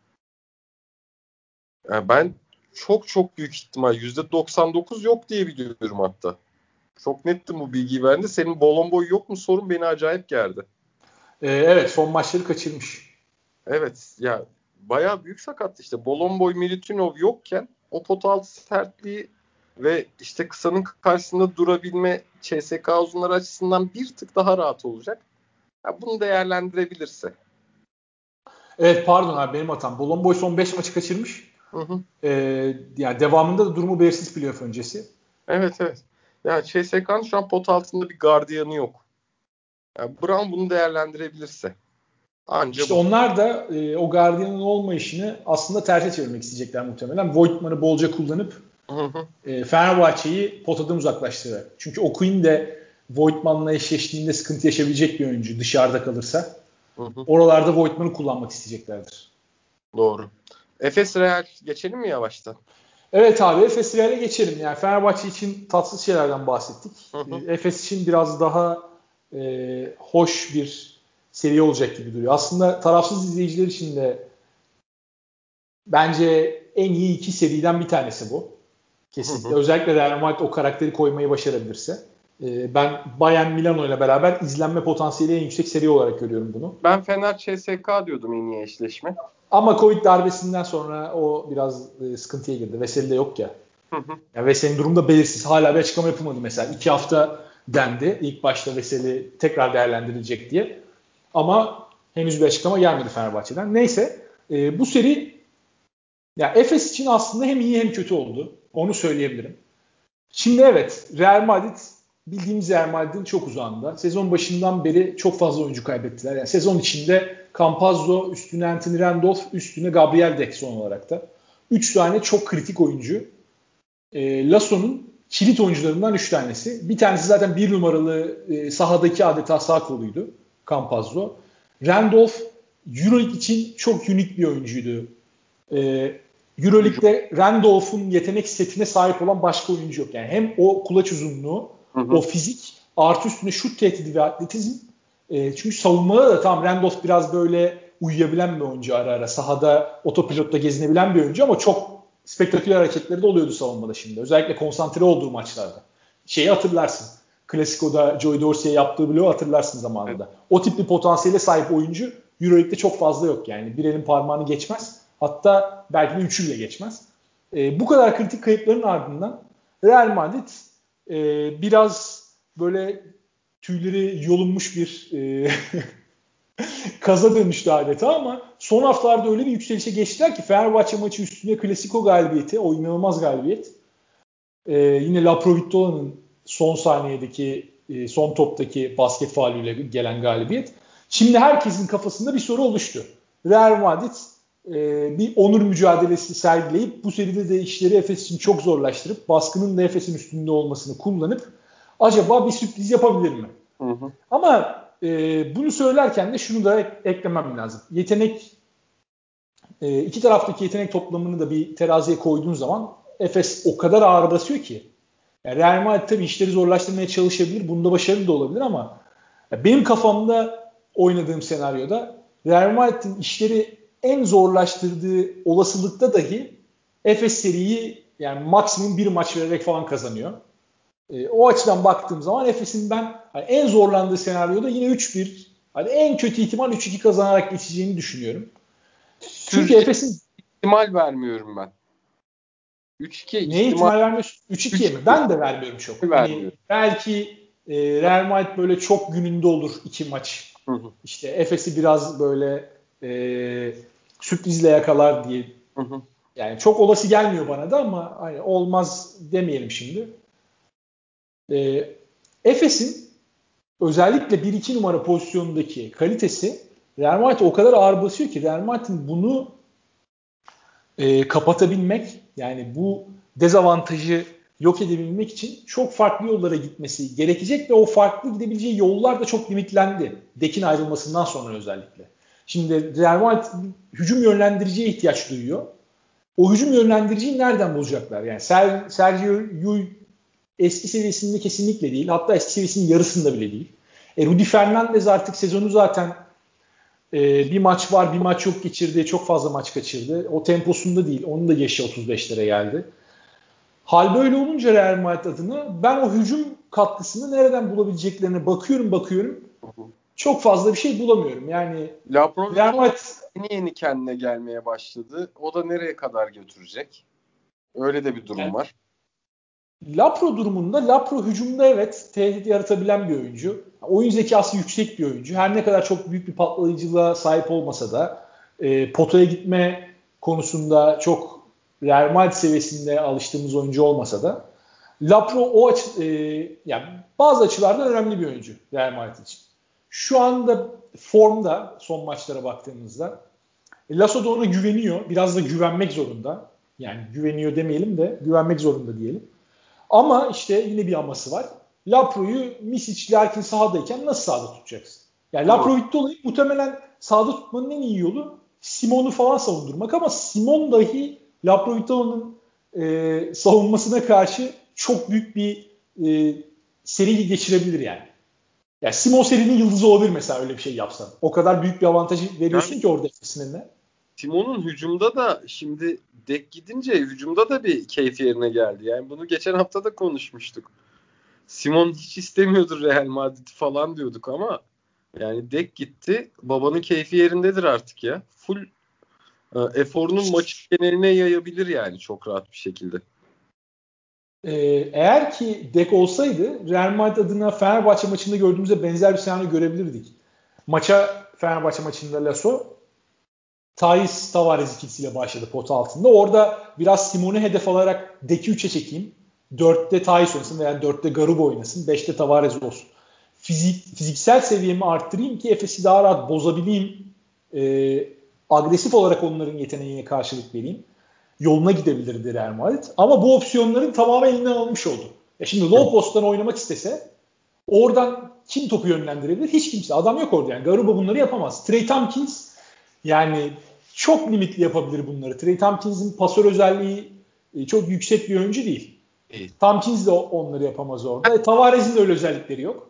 Yani ben çok büyük ihtimal %99 yok diye biliyorum hatta. Çok nettim bu bilgiyi verdi. Senin Bolomboy yok mu sorun beni acayip gerdi. Evet, son maçları kaçırmış. Evet ya bayağı büyük sakattı işte. Bolomboy, Milutinov yokken o pot altı sertliği ve işte kısanın karşısında durabilme CSK uzunları açısından bir tık daha rahat olacak. Ya bunu değerlendirebilirse. Evet, pardon abi, benim hatam. Bolomboy son 5 maçı kaçırmış. Hı hı. Yani devamında da durumu belirsiz playoff öncesi. Evet. Ya CSK'nın şu an pot altında bir gardiyanı yok. Yani Brown bunu değerlendirebilirse. Anca İşte bu. onlar da o Guardian'ın olmayışını aslında terse çevirmek isteyecekler muhtemelen. Voigtman'ı bolca kullanıp Hı hı. Fenerbahçe'yi potadan uzaklaştırarak. Çünkü Okuin de Voigtman'la eşleştiğinde sıkıntı yaşayabilecek bir oyuncu dışarıda kalırsa. Hı hı. Oralarda Voigtman'ı kullanmak isteyeceklerdir. Doğru. Efes Real geçelim mi yavaştan? Evet abi, Efes Real'e geçelim. Yani Fenerbahçe için tatsız şeylerden bahsettik. Hı hı. Efes için biraz daha hoş bir seviye olacak gibi duruyor. Aslında tarafsız izleyiciler için de bence en iyi iki seriden bir tanesi bu. Hı Kesinlikle. hı. Özellikle Real Madrid o karakteri koymayı başarabilirse. Ben Bayern Milano ile beraber izlenme potansiyeli en yüksek seri olarak görüyorum bunu. Ben Fener CSK diyordum en iyi eşleşme. Ama Covid darbesinden sonra o biraz sıkıntıya girdi. Veseli de yok ya. Hı hı. Yani Veseli'nin durumu da belirsiz. Hala bir açıklama yapılmadı mesela. 2 hafta dendi. İlk başta Veseli tekrar değerlendirilecek diye. Ama henüz bir açıklama gelmedi Fenerbahçe'den. Neyse. Bu seri ya Efes için aslında hem iyi hem kötü oldu. Onu söyleyebilirim. Şimdi evet, Real Madrid bildiğimiz Real Madrid'in çok uzağında. Sezon başından beri çok fazla oyuncu kaybettiler. Yani sezon içinde Campazzo, üstüne Anthony Randolph, üstüne Gabriel Deck son olarak da. 3 tane çok kritik oyuncu. Lasso'nun kilit oyuncularından 3 tanesi. Bir tanesi zaten 1 numaralı sahadaki adeta sağ koluydu. Campazzo. Randolph Euroleague için çok unik bir oyuncuydu. Euroleague'de Randolph'un yetenek setine sahip olan başka oyuncu yok. Yani hem o kulaç uzunluğu, Hı hı. o fizik, artı üstüne şut tehdidi ve atletizm. Çünkü savunmada da tam Randolph biraz böyle uyuyabilen bir oyuncu ara ara. Sahada otopilotta gezinebilen bir oyuncu ama çok spektaküler hareketleri de oluyordu savunmada şimdi. Özellikle konsantre olduğu maçlarda. Şeyi hatırlarsın. Klasiko'da Joey Dorsey'e yaptığı bloğu hatırlarsın zamanında. Evet. O tip bir potansiyele sahip oyuncu Euroleague'de çok fazla yok yani. Bir elin parmağını geçmez. Hatta belki de üçü bile geçmez. Bu kadar kritik kayıpların ardından Real Madrid biraz böyle tüyleri yolunmuş bir kaza dönüştü adeta ama son haftalarda öyle bir yükselişe geçtiler ki Fenerbahçe maçı üstüne Klasiko galibiyeti, o inanılmaz galibiyet. Yine Laprovitola'nın son saniyedeki, son toptaki basket faulüyle gelen galibiyet. Şimdi herkesin kafasında bir soru oluştu. Real Madrid bir onur mücadelesi sergileyip bu seride de işleri Efes için çok zorlaştırıp baskının da Efes'in üstünde olmasını kullanıp acaba bir sürpriz yapabilir mi? Hı. Ama bunu söylerken de şunu da eklemem lazım. İki taraftaki yetenek toplamını da bir teraziye koyduğun zaman Efes o kadar ağır basıyor ki. Yani Real Madrid tabii işleri zorlaştırmaya çalışabilir. Bunda başarılı da olabilir ama benim kafamda oynadığım senaryoda Real Madrid'in işleri en zorlaştırdığı olasılıkta dahi Efes seriyi yani maksimum bir maç vererek falan kazanıyor. O açıdan baktığım zaman Efes'in ben en zorlandığı senaryoda yine 3-1, hani en kötü ihtimal 3-2 kazanarak geçeceğini düşünüyorum. Çünkü Efes'in ihtimal vermiyorum ben. 3-2 neye ihtimal vermiyorsun? 3-2'ye mi? Ben de vermiyorum çok. Hani belki Real Madrid böyle çok gününde olur 2 maç. İşte Efes'i biraz böyle sürprizle yakalar diye. Yani çok olası gelmiyor bana da ama hani olmaz demeyelim şimdi. Efes'in özellikle 1-2 numara pozisyonundaki kalitesi Real Madrid o kadar ağır basıyor ki Real Madrid'in bunu kapatabilmek, yani bu dezavantajı yok edebilmek için çok farklı yollara gitmesi gerekecek ve o farklı gidebileceği yollar da çok limitlendi. Dek'in ayrılmasından sonra özellikle. Şimdi Real Madrid hücum yönlendiriciye ihtiyaç duyuyor. O hücum yönlendiriciyi nereden bulacaklar? Yani Sergio Llull eski seviyesinde kesinlikle değil. Hatta eski seviyesinin yarısında bile değil. Rudy Fernandez artık sezonu zaten bir maç var, bir maç yok geçirdi. Çok fazla maç kaçırdı. O temposunda değil. Onun da yaşı 35'lere geldi. Hal böyle olunca Real Madrid adına ben o hücum katkısını nereden bulabileceklerine bakıyorum. Çok fazla bir şey bulamıyorum. Yani Real Madrid yeni kendine gelmeye başladı. O da nereye kadar götürecek? Öyle de bir durum var. Lapro durumunda, Lapro hücumda evet tehdit yaratabilen bir oyuncu. Oyun zekası yüksek bir oyuncu. Her ne kadar çok büyük bir patlayıcılığa sahip olmasa da potaya gitme konusunda çok Real Madrid seviyesinde alıştığımız oyuncu olmasa da Lapro yani bazı açılardan önemli bir oyuncu Real Madrid için. Şu anda formda son maçlara baktığımızda Lasso da ona güveniyor. Biraz da güvenmek zorunda. Yani güveniyor demeyelim de güvenmek zorunda diyelim. Ama işte yine bir aması var. Lapro'yu Misic, Larkin sahadayken nasıl sahada tutacaksın? Yani Lapro bitti olayı muhtemelen sahada tutmanın en iyi yolu Simon'u falan savundurmak ama Simon dahi Laprovito'nun savunmasına karşı çok büyük bir seri geçirebilir yani. Yani Simon serinin yıldızı olabilir mesela öyle bir şey yapsan. O kadar büyük bir avantajı veriyorsun yani, ki orada Efes'in. Simon'un hücumda da şimdi Dek gidince hücumda da bir keyif yerine geldi. Yani bunu geçen hafta da konuşmuştuk. Simon hiç istemiyordur Real Madrid falan diyorduk ama yani Dek gitti. Babanın keyfi yerindedir artık ya. Full eforunun maçı geneline yayabilir yani çok rahat bir şekilde. Eğer ki Dek olsaydı Real Madrid adına Fenerbahçe maçında gördüğümüzde benzer bir senaryo görebilirdik. Fenerbahçe maçında Lasso Thais Tavares ikilisiyle başladı pot altında. Orada biraz Simon'u hedef alarak Dek'i 3'e çekeyim. 4'te Thais oynasın veya 4'te Garuba oynasın. 5'te Tavares olsun. Fiziksel seviyemi arttırayım ki Efes'i daha rahat bozabileyim. Agresif olarak onların yeteneğine karşılık vereyim. Yoluna gidebilirdi Real Madrid. Ama bu opsiyonların tamamı elinden alınmış oldu. Şimdi low post'tan oynamak istese oradan kim topu yönlendirebilir? Hiç kimse. Adam yok orada yani. Garuba bunları yapamaz. Trey Tompkins yani çok limitli yapabilir bunları. Trey Tompkins'in pasör özelliği çok yüksek bir oyuncu değil. Tompkins de onları yapamaz orada. Tavares'in de öyle özellikleri yok.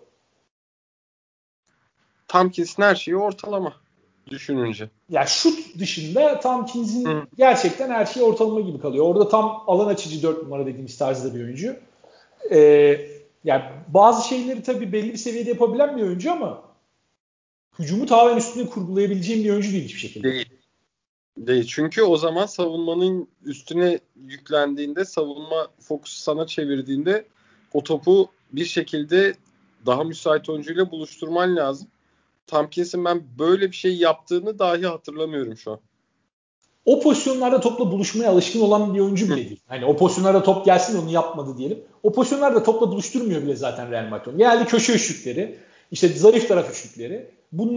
Tompkins'in her şeyi ortalama düşününce. Ya şut dışında Tompkins'in gerçekten her şeyi ortalama gibi kalıyor. Orada tam alan açıcı 4 numara dediğimiz tarzda bir oyuncu. Yani bazı şeyleri tabii belli bir seviyede yapabilen bir oyuncu ama hücumu tamamen üstüne kurgulayabileceğim bir oyuncu değil hiçbir şekilde. Değil. Çünkü o zaman savunmanın üstüne yüklendiğinde, savunma fokusu sana çevirdiğinde o topu bir şekilde daha müsait oyuncuyla buluşturman lazım. Tompkins'in ben böyle bir şey yaptığını dahi hatırlamıyorum şu an. O pozisyonlarda topla buluşmaya alışkın olan bir oyuncu bile değil. Hani o pozisyonlarda top gelsin onu yapmadı diyelim. O pozisyonlarda topla buluşturmuyor bile zaten Real Madrid. Genelde köşe üçlükleri, işte zayıf taraf üçlükleri.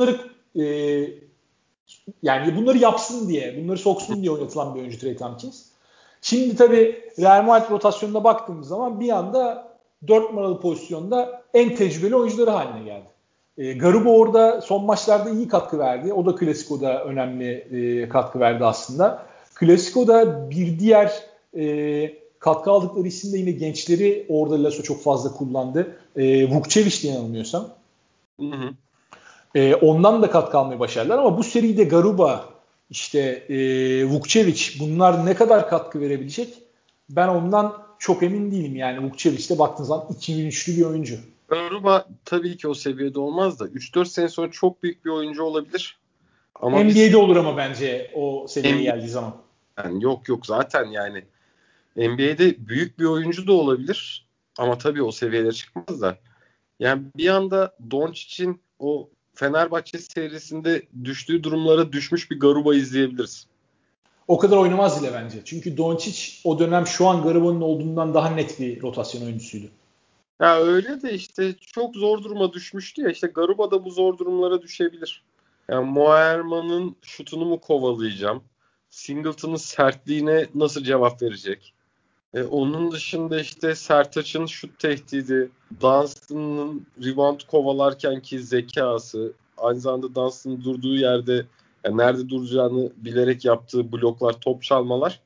Yani bunları yapsın diye, bunları soksun diye oynatılan bir oyuncu Trey Tompkins. Şimdi tabii Real Madrid rotasyonuna baktığımız zaman bir anda 4 numaralı pozisyonda en tecrübeli oyuncuları haline geldi. Garuba orada son maçlarda iyi katkı verdi. O da Klasiko'da önemli katkı verdi aslında. Klasiko'da bir diğer katkı aldıkları isim de yine gençleri orada Lasso çok fazla kullandı. Vukcevic diye yanılmıyorsam. Hı hı. Ondan da katkı almayı başardılar ama bu seride Garuba, işte Vukcevic bunlar ne kadar katkı verebilecek? Ben ondan çok emin değilim. Yani Vukcevic de baktığınız zaman 2003'lü bir oyuncu. Garuba tabii ki o seviyede olmaz da 3-4 sene sonra çok büyük bir oyuncu olabilir. Ama NBA'de olur ama bence o seviyeye NBA geldiği zaman. yani yok zaten yani NBA'de büyük bir oyuncu da olabilir. Ama tabii o seviyelere çıkmaz da. Yani bir anda Doncic'in o Fenerbahçe serisinde düştüğü durumlara düşmüş bir Garuba izleyebiliriz. O kadar oynamaz bile bence. Çünkü Doncic o dönem şu an Garuba'nın olduğundan daha net bir rotasyon oyuncusuydu. Ya öyle de işte çok zor duruma düşmüştü ya. İşte Garuba da bu zor durumlara düşebilir. Yani Moerman'ın şutunu mu kovalayacağım? Singleton'ın sertliğine nasıl cevap verecek? Onun dışında işte Sertaç'ın şut tehdidi, Dunstan'ın rebound kovalarkenki zekası, aynı zamanda Dunstan'ın durduğu yerde yani nerede duracağını bilerek yaptığı bloklar, top çalmalar.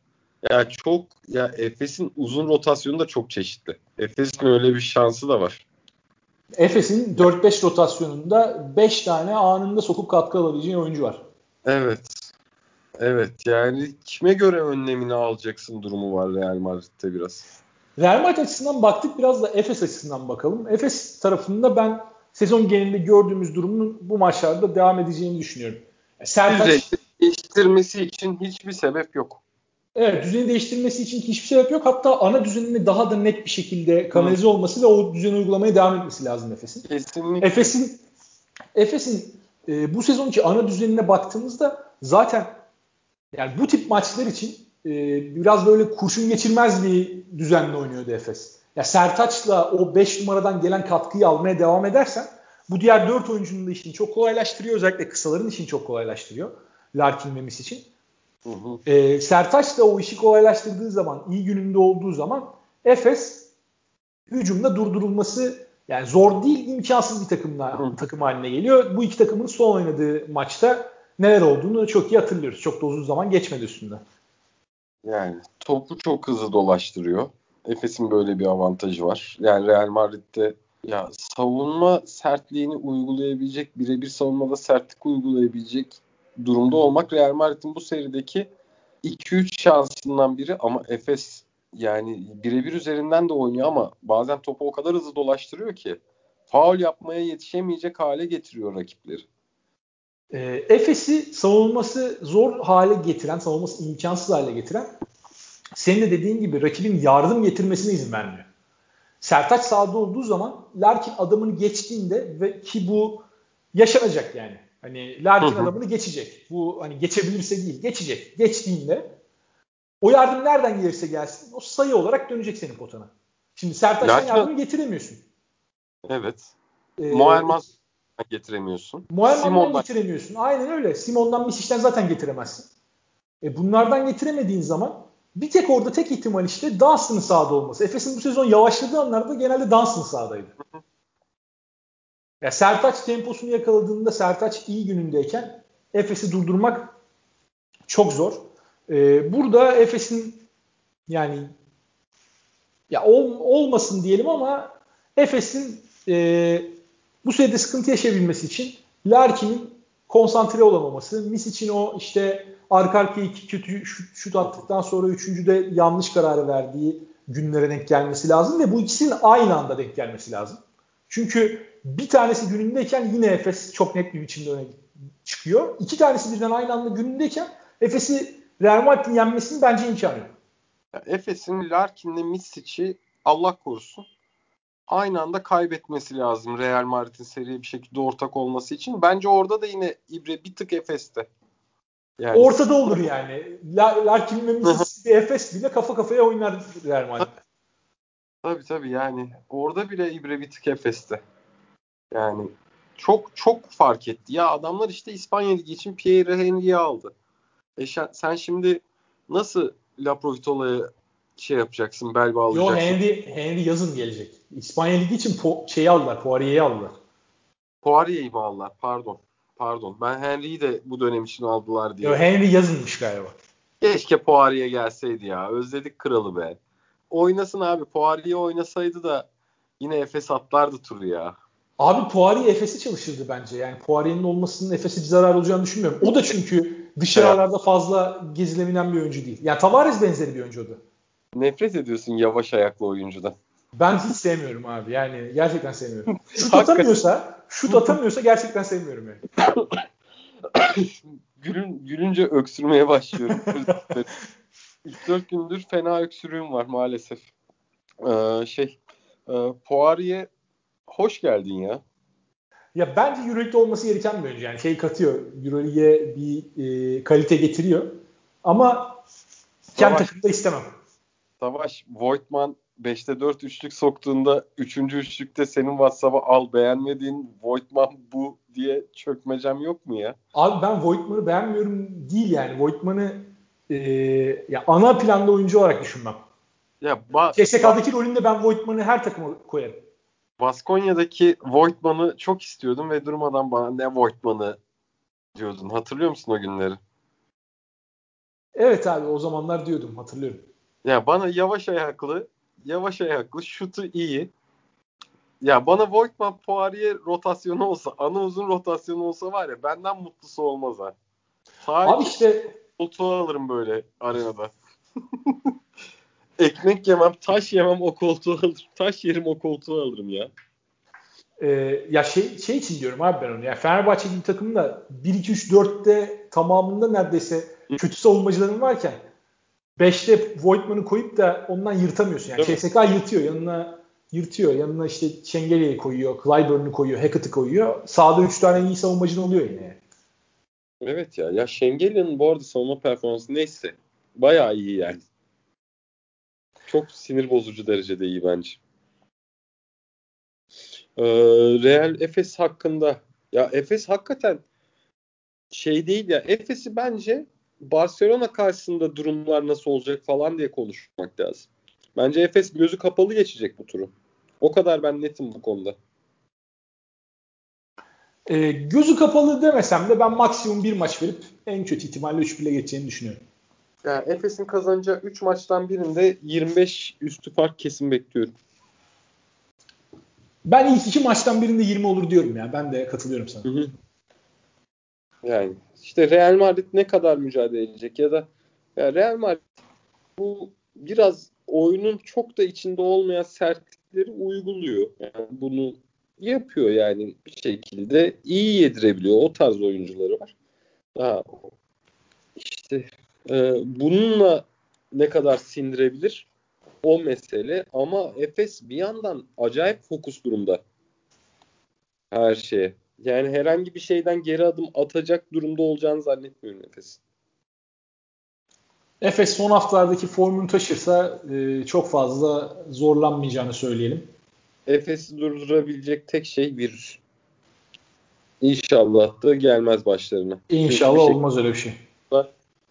Efes'in uzun rotasyonu da çok çeşitli. Efes'in öyle bir şansı da var. Efes'in 4-5 rotasyonunda 5 tane anında sokup katkı alabileceği oyuncu var. Evet. Evet yani kime göre önlemini alacaksın durumu var Real Madrid'de biraz. Real Madrid açısından baktık, biraz da Efes açısından bakalım. Efes tarafında ben sezon genelinde gördüğümüz durumun bu maçlarda devam edeceğini düşünüyorum. Sertaç, Düzey değiştirmesi için hiçbir sebep yok. evet, düzeni değiştirmesi için hiçbir sebep yok. Hatta ana düzenini daha da net bir şekilde Hı, kanalize olması ve o düzeni uygulamaya devam etmesi lazım Efes'in. kesinlikle. Efes'in bu sezonki ana düzenine baktığımızda zaten yani bu tip maçlar için biraz böyle kurşun geçirmez bir düzenle oynuyordu Efes. Ya Sertaç'la o 5 numaradan gelen katkıyı almaya devam edersen bu diğer 4 oyuncunun da işini çok kolaylaştırıyor. Özellikle kısaların işini çok kolaylaştırıyor. Larkin ve Mis için. Hı hı. Sertaç da o işi kolaylaştırdığı zaman, iyi gününde olduğu zaman Efes hücumda durdurulması yani zor değil, imkansız bir takım haline geliyor. Bu iki takımın son oynadığı maçta neler olduğunu çok iyi hatırlıyoruz. Çok da uzun zaman geçmedi üstünde. Yani topu çok hızlı dolaştırıyor. Efes'in böyle bir avantajı var. Yani Real Madrid'de ya savunma sertliğini uygulayabilecek, birebir savunmada sertlik uygulayabilecek durumda olmak Real Madrid'in bu serideki 2-3 şansından biri ama Efes yani birebir üzerinden de oynuyor ama bazen topu o kadar hızlı dolaştırıyor ki faul yapmaya yetişemeyecek hale getiriyor rakipleri. Efes'i savunması zor hale getiren, savunması imkansız hale getiren senin de dediğin gibi rakibin yardım getirmesine izin vermiyor. Sertaç sahada olduğu zaman Larkin adamını geçtiğinde ve ki bu yaşanacak yani. Hani Larkin adamını geçecek. Bu hani geçebilirse değil, geçecek. Geçtiğinde o yardım nereden gelirse gelsin o sayı olarak dönecek senin potana. Şimdi Sertaç'tan Lakin yardımı getiremiyorsun. evet. Ee, Moerman getiremiyorsun. Moerman'dan Simon'dan getiremiyorsun. Aynen öyle. Simon'dan, Misic'ten zaten getiremezsin. Bunlardan getiremediğin zaman bir tek orada tek ihtimal işte Dunstan'ın sahada olması. Efes'in bu sezon yavaşladığı anlarda genelde Dunstan sahadaydı. Ya Sertaç temposunu yakaladığında, Sertaç iyi günündeyken Efes'i durdurmak çok zor. Burada Efes'in yani ya olmasın diyelim ama Efes'in bu sürede sıkıntı yaşayabilmesi için Larkin'in konsantre olamaması, Mis için o işte arka arkaya iki kötü şut attıktan sonra üçüncüde yanlış kararı verdiği günlere denk gelmesi lazım ve bu ikisinin aynı anda denk gelmesi lazım. Çünkü bir tanesi günündeyken yine Efes çok net bir biçimde öne çıkıyor. İki tanesi birden aynı anda günündeyken Efes'i Real Madrid'in yenmesinin bence imkanı yok. Efes'in Larkin'le Misic'i Allah korusun aynı anda kaybetmesi lazım Real Madrid'in seriye bir şekilde ortak olması için. Bence orada da yine İbre bir tık Efes'te. Yani Ortada olur yani. Larkin ve Mississippi Efes bile kafa kafaya oynar Real Madrid. tabii yani orada bile İbre bir tık Efes'te. Yani çok çok fark etti. Ya adamlar işte İspanya Ligi için Pierre Henry'i aldı. Sen şimdi nasıl La Provitola'ya şey yapacaksın, bel Yo, bağlayacaksın. Henry yazın gelecek. İspanya Ligi için şeyi aldılar. Poirier'i aldılar. Poirier'i mi aldılar? Pardon. Ben Henry'i de bu dönem için aldılar Yo, diye. Henry yazınmış galiba. Keşke Poirier gelseydi ya. Özledik kralı be. Oynasın abi. Poirier oynasaydı da yine Efes atlardı turu ya. Abi Poirier Efes'i çalışırdı bence. Yani Poirier'in olmasının Efes'e bir zarar olacağını düşünmüyorum. O da çünkü Hayat. dışarılarda fazla gezilebilen bir oyuncu değil. Yani Tavares benzeri bir oyuncu o da. Nefret ediyorsun yavaş ayaklı oyuncudan. Ben hiç sevmiyorum abi. Yani gerçekten sevmiyorum. Hakikaten Şut atamıyorsa gerçekten sevmiyorum yani. gülünce öksürmeye başlıyorum. 3-4 gündür fena öksürüğüm var maalesef. Şey, Poirier hoş geldin ya. Ya bence EuroLeague'de olması gereken bir oyuncu. Yani şey katıyor. EuroLeague'e bir kalite getiriyor. Ama kendi Savaş, takımda istemem. Voigtman 5'te 4 üçlük soktuğunda 3. üçlükte senin WhatsApp'a al beğenmediğin Voigtman bu diye çökmecem yok mu ya? Abi ben Voigtman'ı beğenmiyorum değil yani. Voigtman'ı ya ana planda oyuncu olarak düşünmem. Ya CSK'daki rolünde ben Voigtman'ı her takıma koyarım. Baskonya'daki Voigtman'ı çok istiyordum ve durmadan bana ne Voigtman'ı diyordun. Hatırlıyor musun o günleri? Evet abi, o zamanlar diyordum, hatırlıyorum. Ya bana yavaş ayaklı, şutu iyi. Ya bana Voigtman Poirier rotasyonu olsa, ana uzun rotasyonu olsa var ya benden mutlusu olmaz ha. Sağ Abi içi işte koltuğu alırım böyle arenada. Ekmek yemem, taş yemem o koltuğu alırım. Taş yerim o koltuğu alırım ya. e, ya şey için diyorum abi ben onu. Ya Fenerbahçe gibi takımın da 1-2-3-4'te tamamında neredeyse kötü savunmacıların varken 5'te Voigtman'ı koyup da ondan yırtamıyorsun. Yani Değil mi? CSK yırtıyor. Yanına işte Çengeli'yi koyuyor, Clyburn'u koyuyor, Hackett'ı koyuyor. Sağda 3 tane iyi savunmacın oluyor yine yani. Evet ya. Ya Şengelya'nın bu arada savunma performansı neyse. Bayağı iyi yani. Çok sinir bozucu derecede iyi bence. Ee, Real Efes hakkında. Ya Efes hakikaten şey değil ya. Efes'i bence Barcelona karşısında durumlar nasıl olacak falan diye konuşmak lazım. Bence Efes gözü kapalı geçecek bu turu. O kadar ben netim bu konuda. Gözü kapalı demesem de ben maksimum bir maç verip en kötü ihtimalle 3-1'le geçeceğini düşünüyorum. Yani Efes'in kazanacağı 3 maçtan birinde 25 üstü fark kesin bekliyorum. Ben ilk 2 maçtan birinde 20 olur diyorum ya. Ben de katılıyorum sana. Hı hı. Yani işte Real Madrid ne kadar mücadele edecek ya da ya Real Madrid bu biraz oyunun çok da içinde olmayan sertlikleri uyguluyor. Yani bunu yapıyor yani bir şekilde iyi yedirebiliyor. O tarz oyuncuları var. Ha, işte bununla ne kadar sindirebilir o mesele ama Efes bir yandan acayip fokus durumda her şeye. Yani herhangi bir şeyden geri adım atacak durumda olacağını zannetmiyorum Efes'in. Efes son haftalardaki formunu taşırsa çok fazla zorlanmayacağını söyleyelim. Efes'i durdurabilecek tek şey virüs. İnşallah da gelmez başlarına. Çünkü İnşallah bir şey olmaz öyle bir şey. var.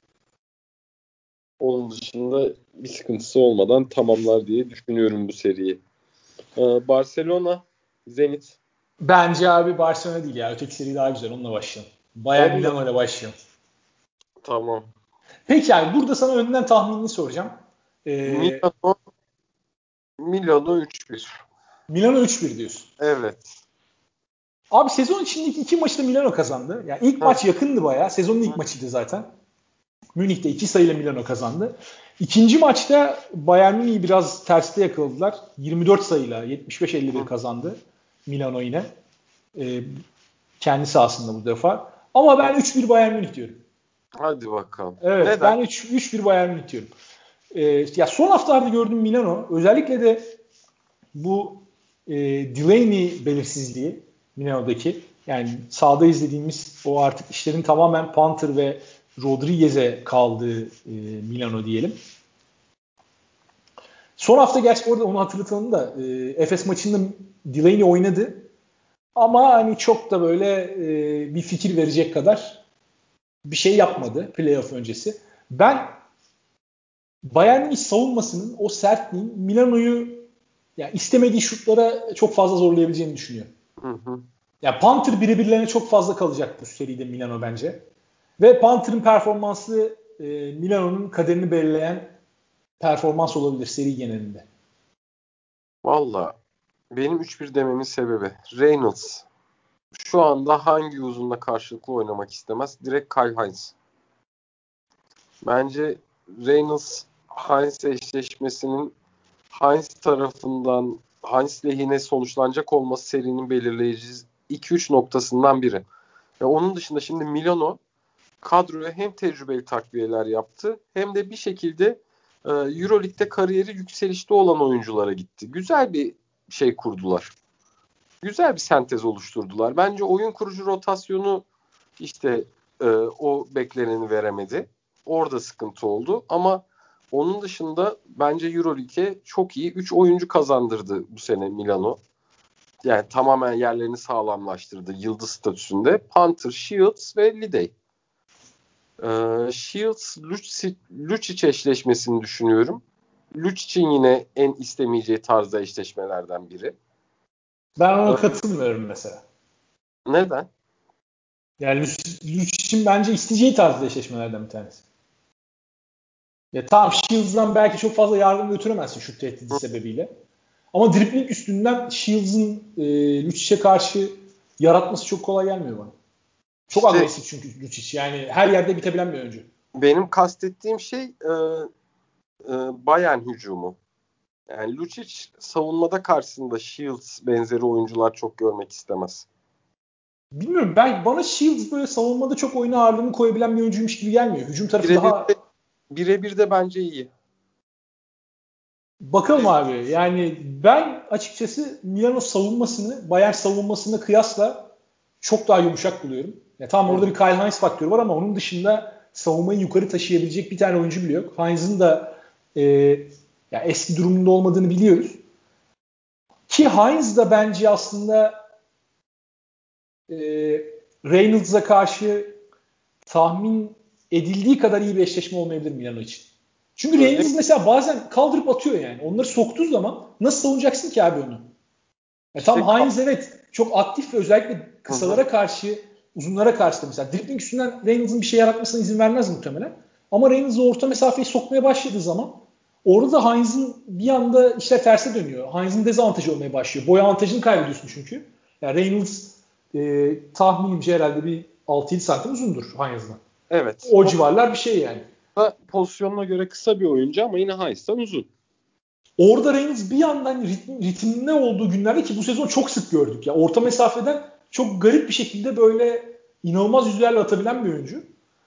Onun dışında bir sıkıntısı olmadan tamamlar diye düşünüyorum bu seriyi. Barcelona, Zenit. Bence abi Barcelona değil ya. Öteki seri daha güzel. Onunla başlayalım. Bayern Allah Milano ile başlayalım. tamam. Peki abi, burada sana önden tahminini soracağım. Ee, Milano, Milano 3-1. Milano 3-1 diyorsun. Evet. Abi sezon içindeki 2 maçı da Milano kazandı. Yani ilk Hı, maç yakındı bayağı. Sezonun ilk hı. maçıydı zaten. Münih'te 2 sayıyla Milano kazandı. İkinci maçta Bayern Münih'i biraz terste yakaladılar. 24 sayıyla 75-51 kazandı Milano yine. Ee, kendi sahasında bu defa. Ama ben 3-1 Bayern Münih diyorum. Hadi bakalım. Evet, Neden? ben 3-1 Bayern Münih diyorum. Ya son haftalarda gördüğüm Milano, özellikle de bu Delaney belirsizliği Milano'daki, yani sahada izlediğimiz o artık işlerin tamamen Panther ve Rodriguez'e kaldığı Milano diyelim. Son hafta gerçi orada onu hatırlatalım da Efes maçında Delaney oynadı. Ama hani çok da böyle bir fikir verecek kadar bir şey yapmadı playoff öncesi. Ben Bayern'in iç savunmasının o sertliğin Milano'yu yani istemediği şutlara çok fazla zorlayabileceğini düşünüyor. Ya Panther birebirlerine çok fazla kalacak bu seride Milano bence. Ve Panther'ın performansı Milano'nun kaderini belirleyen performans olabilir seri genelinde. Valla benim 3-1 dememin sebebi Reynolds şu anda hangi uzunla karşılıklı oynamak istemez? Direkt Karl-Heinz. Bence Reynolds-Heinz eşleşmesinin Heinz lehine sonuçlanacak olması serinin belirleyici 2-3 noktasından biri. Ve onun dışında şimdi Milano kadroya hem tecrübeli takviyeler yaptı hem de bir şekilde Euroleague'de kariyeri yükselişte olan oyunculara gitti. Güzel bir şey kurdular. Güzel bir sentez oluşturdular. Bence oyun kurucu rotasyonu işte o bekleneni veremedi. Orada sıkıntı oldu ama onun dışında bence Euroleague'e çok iyi 3 oyuncu kazandırdı bu sene Milano. Yani tamamen yerlerini sağlamlaştırdı yıldız statüsünde. Panther, Shields ve Lidey. Shields-Lucic eşleşmesini düşünüyorum. Lucic'in yine en istemeyeceği tarzda eşleşmelerden biri. Ben ona katılmıyorum mesela. Neden? Yani Lucic'in bence isteyeceği tarzda eşleşmelerden bir tanesi. Ya tamam Shields'dan belki çok fazla yardım götüremezsin şut tehdidi sebebiyle. Ama dribbling üstünden Shields'ın Lucic'e karşı yaratması çok kolay gelmiyor bana. Çok İşte, agresif çünkü Lucic. Yani her yerde bitebilen bir oyuncu. Benim kastettiğim şey Bayern hücumu. Yani Lucic savunmada karşısında Shields benzeri oyuncular çok görmek istemez. Bilmiyorum bana Shields böyle savunmada çok oyuna ağırlığını koyabilen bir oyuncuymuş gibi gelmiyor. Hücum tarafı daha... Birebir de bence iyi. Bakalım abi. Yani ben açıkçası Milano savunmasını Bayern savunmasına kıyasla çok daha yumuşak buluyorum. Ya tamam orada bir Karl-Heinz faktörü var ama onun dışında savunmayı yukarı taşıyabilecek bir tane oyuncu bile yok. Heinz'in de ya eski durumunda olmadığını biliyoruz. Ki Heinz de bence aslında Reynolds'a karşı tahmin edildiği kadar iyi bir eşleşme olmayabilir Milano için. Çünkü Reynolds mesela bazen kaldırıp atıyor yani. Onları soktuğu zaman nasıl savunacaksın ki abi onu? Tam Heinz evet çok aktif ve özellikle kısalara karşı, uzunlara karşı da mesela dribbling üstünden Reynolds'ın bir şey yaratmasına izin vermez muhtemelen. Ama Reynolds orta mesafeyi sokmaya başladığı zaman orada da Heinz'in bir anda işler terse dönüyor. Heinz'in dezavantajı olmaya başlıyor. Boy avantajını kaybediyorsun çünkü. Yani Reynolds tahminimce herhalde bir 6-7 santim uzundur Heinz'dan. Evet. O civarlar bir şey yani. Pozisyonuna göre kısa bir oyuncu ama yine Heinz'dan uzun. Orada Reynolds bir yandan ritimde olduğu günlerde ki bu sezon çok sık gördük ya. Orta mesafeden çok garip bir şekilde böyle inanılmaz yüzlerle atabilen bir oyuncu.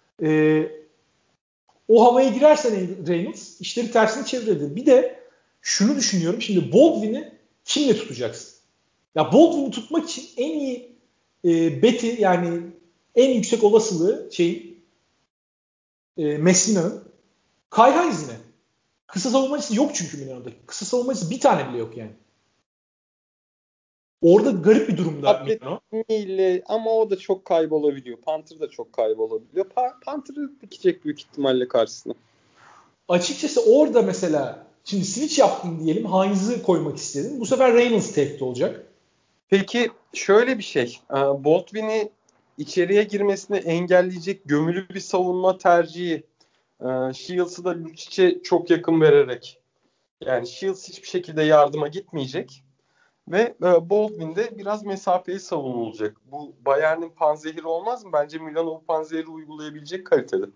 O havaya girerse Reynolds işleri tersine çevirebilir. Bir de şunu düşünüyorum. Şimdi Baldwin'i kimle tutacaksın? Ya Baldwin'i tutmak için en iyi beti yani en yüksek olasılığı Messina'nın Kai Heinz'ine. Kısa savunmacısı yok çünkü Milano'da. Kısa savunmacısı bir tane bile yok yani. Orada garip bir durumda Milano. Ama o da çok kaybolabiliyor. Panther da çok kaybolabiliyor. Panther'ı dikecek büyük ihtimalle karşısına. Açıkçası orada mesela şimdi switch yaptın diyelim. Heinz'ı koymak istedin. Bu sefer Reynolds tehdit olacak. Peki şöyle bir şey. Baldwin'i içeriye girmesini engelleyecek gömülü bir savunma tercihi. Shields'ı da Lucic'e çok yakın vererek. Yani Shields hiçbir şekilde yardıma gitmeyecek. Ve Baldwin de biraz mesafeyi savunulacak. Bu Bayern'in panzehiri olmaz mı? Bence Milano bu panzehiri uygulayabilecek kalitede.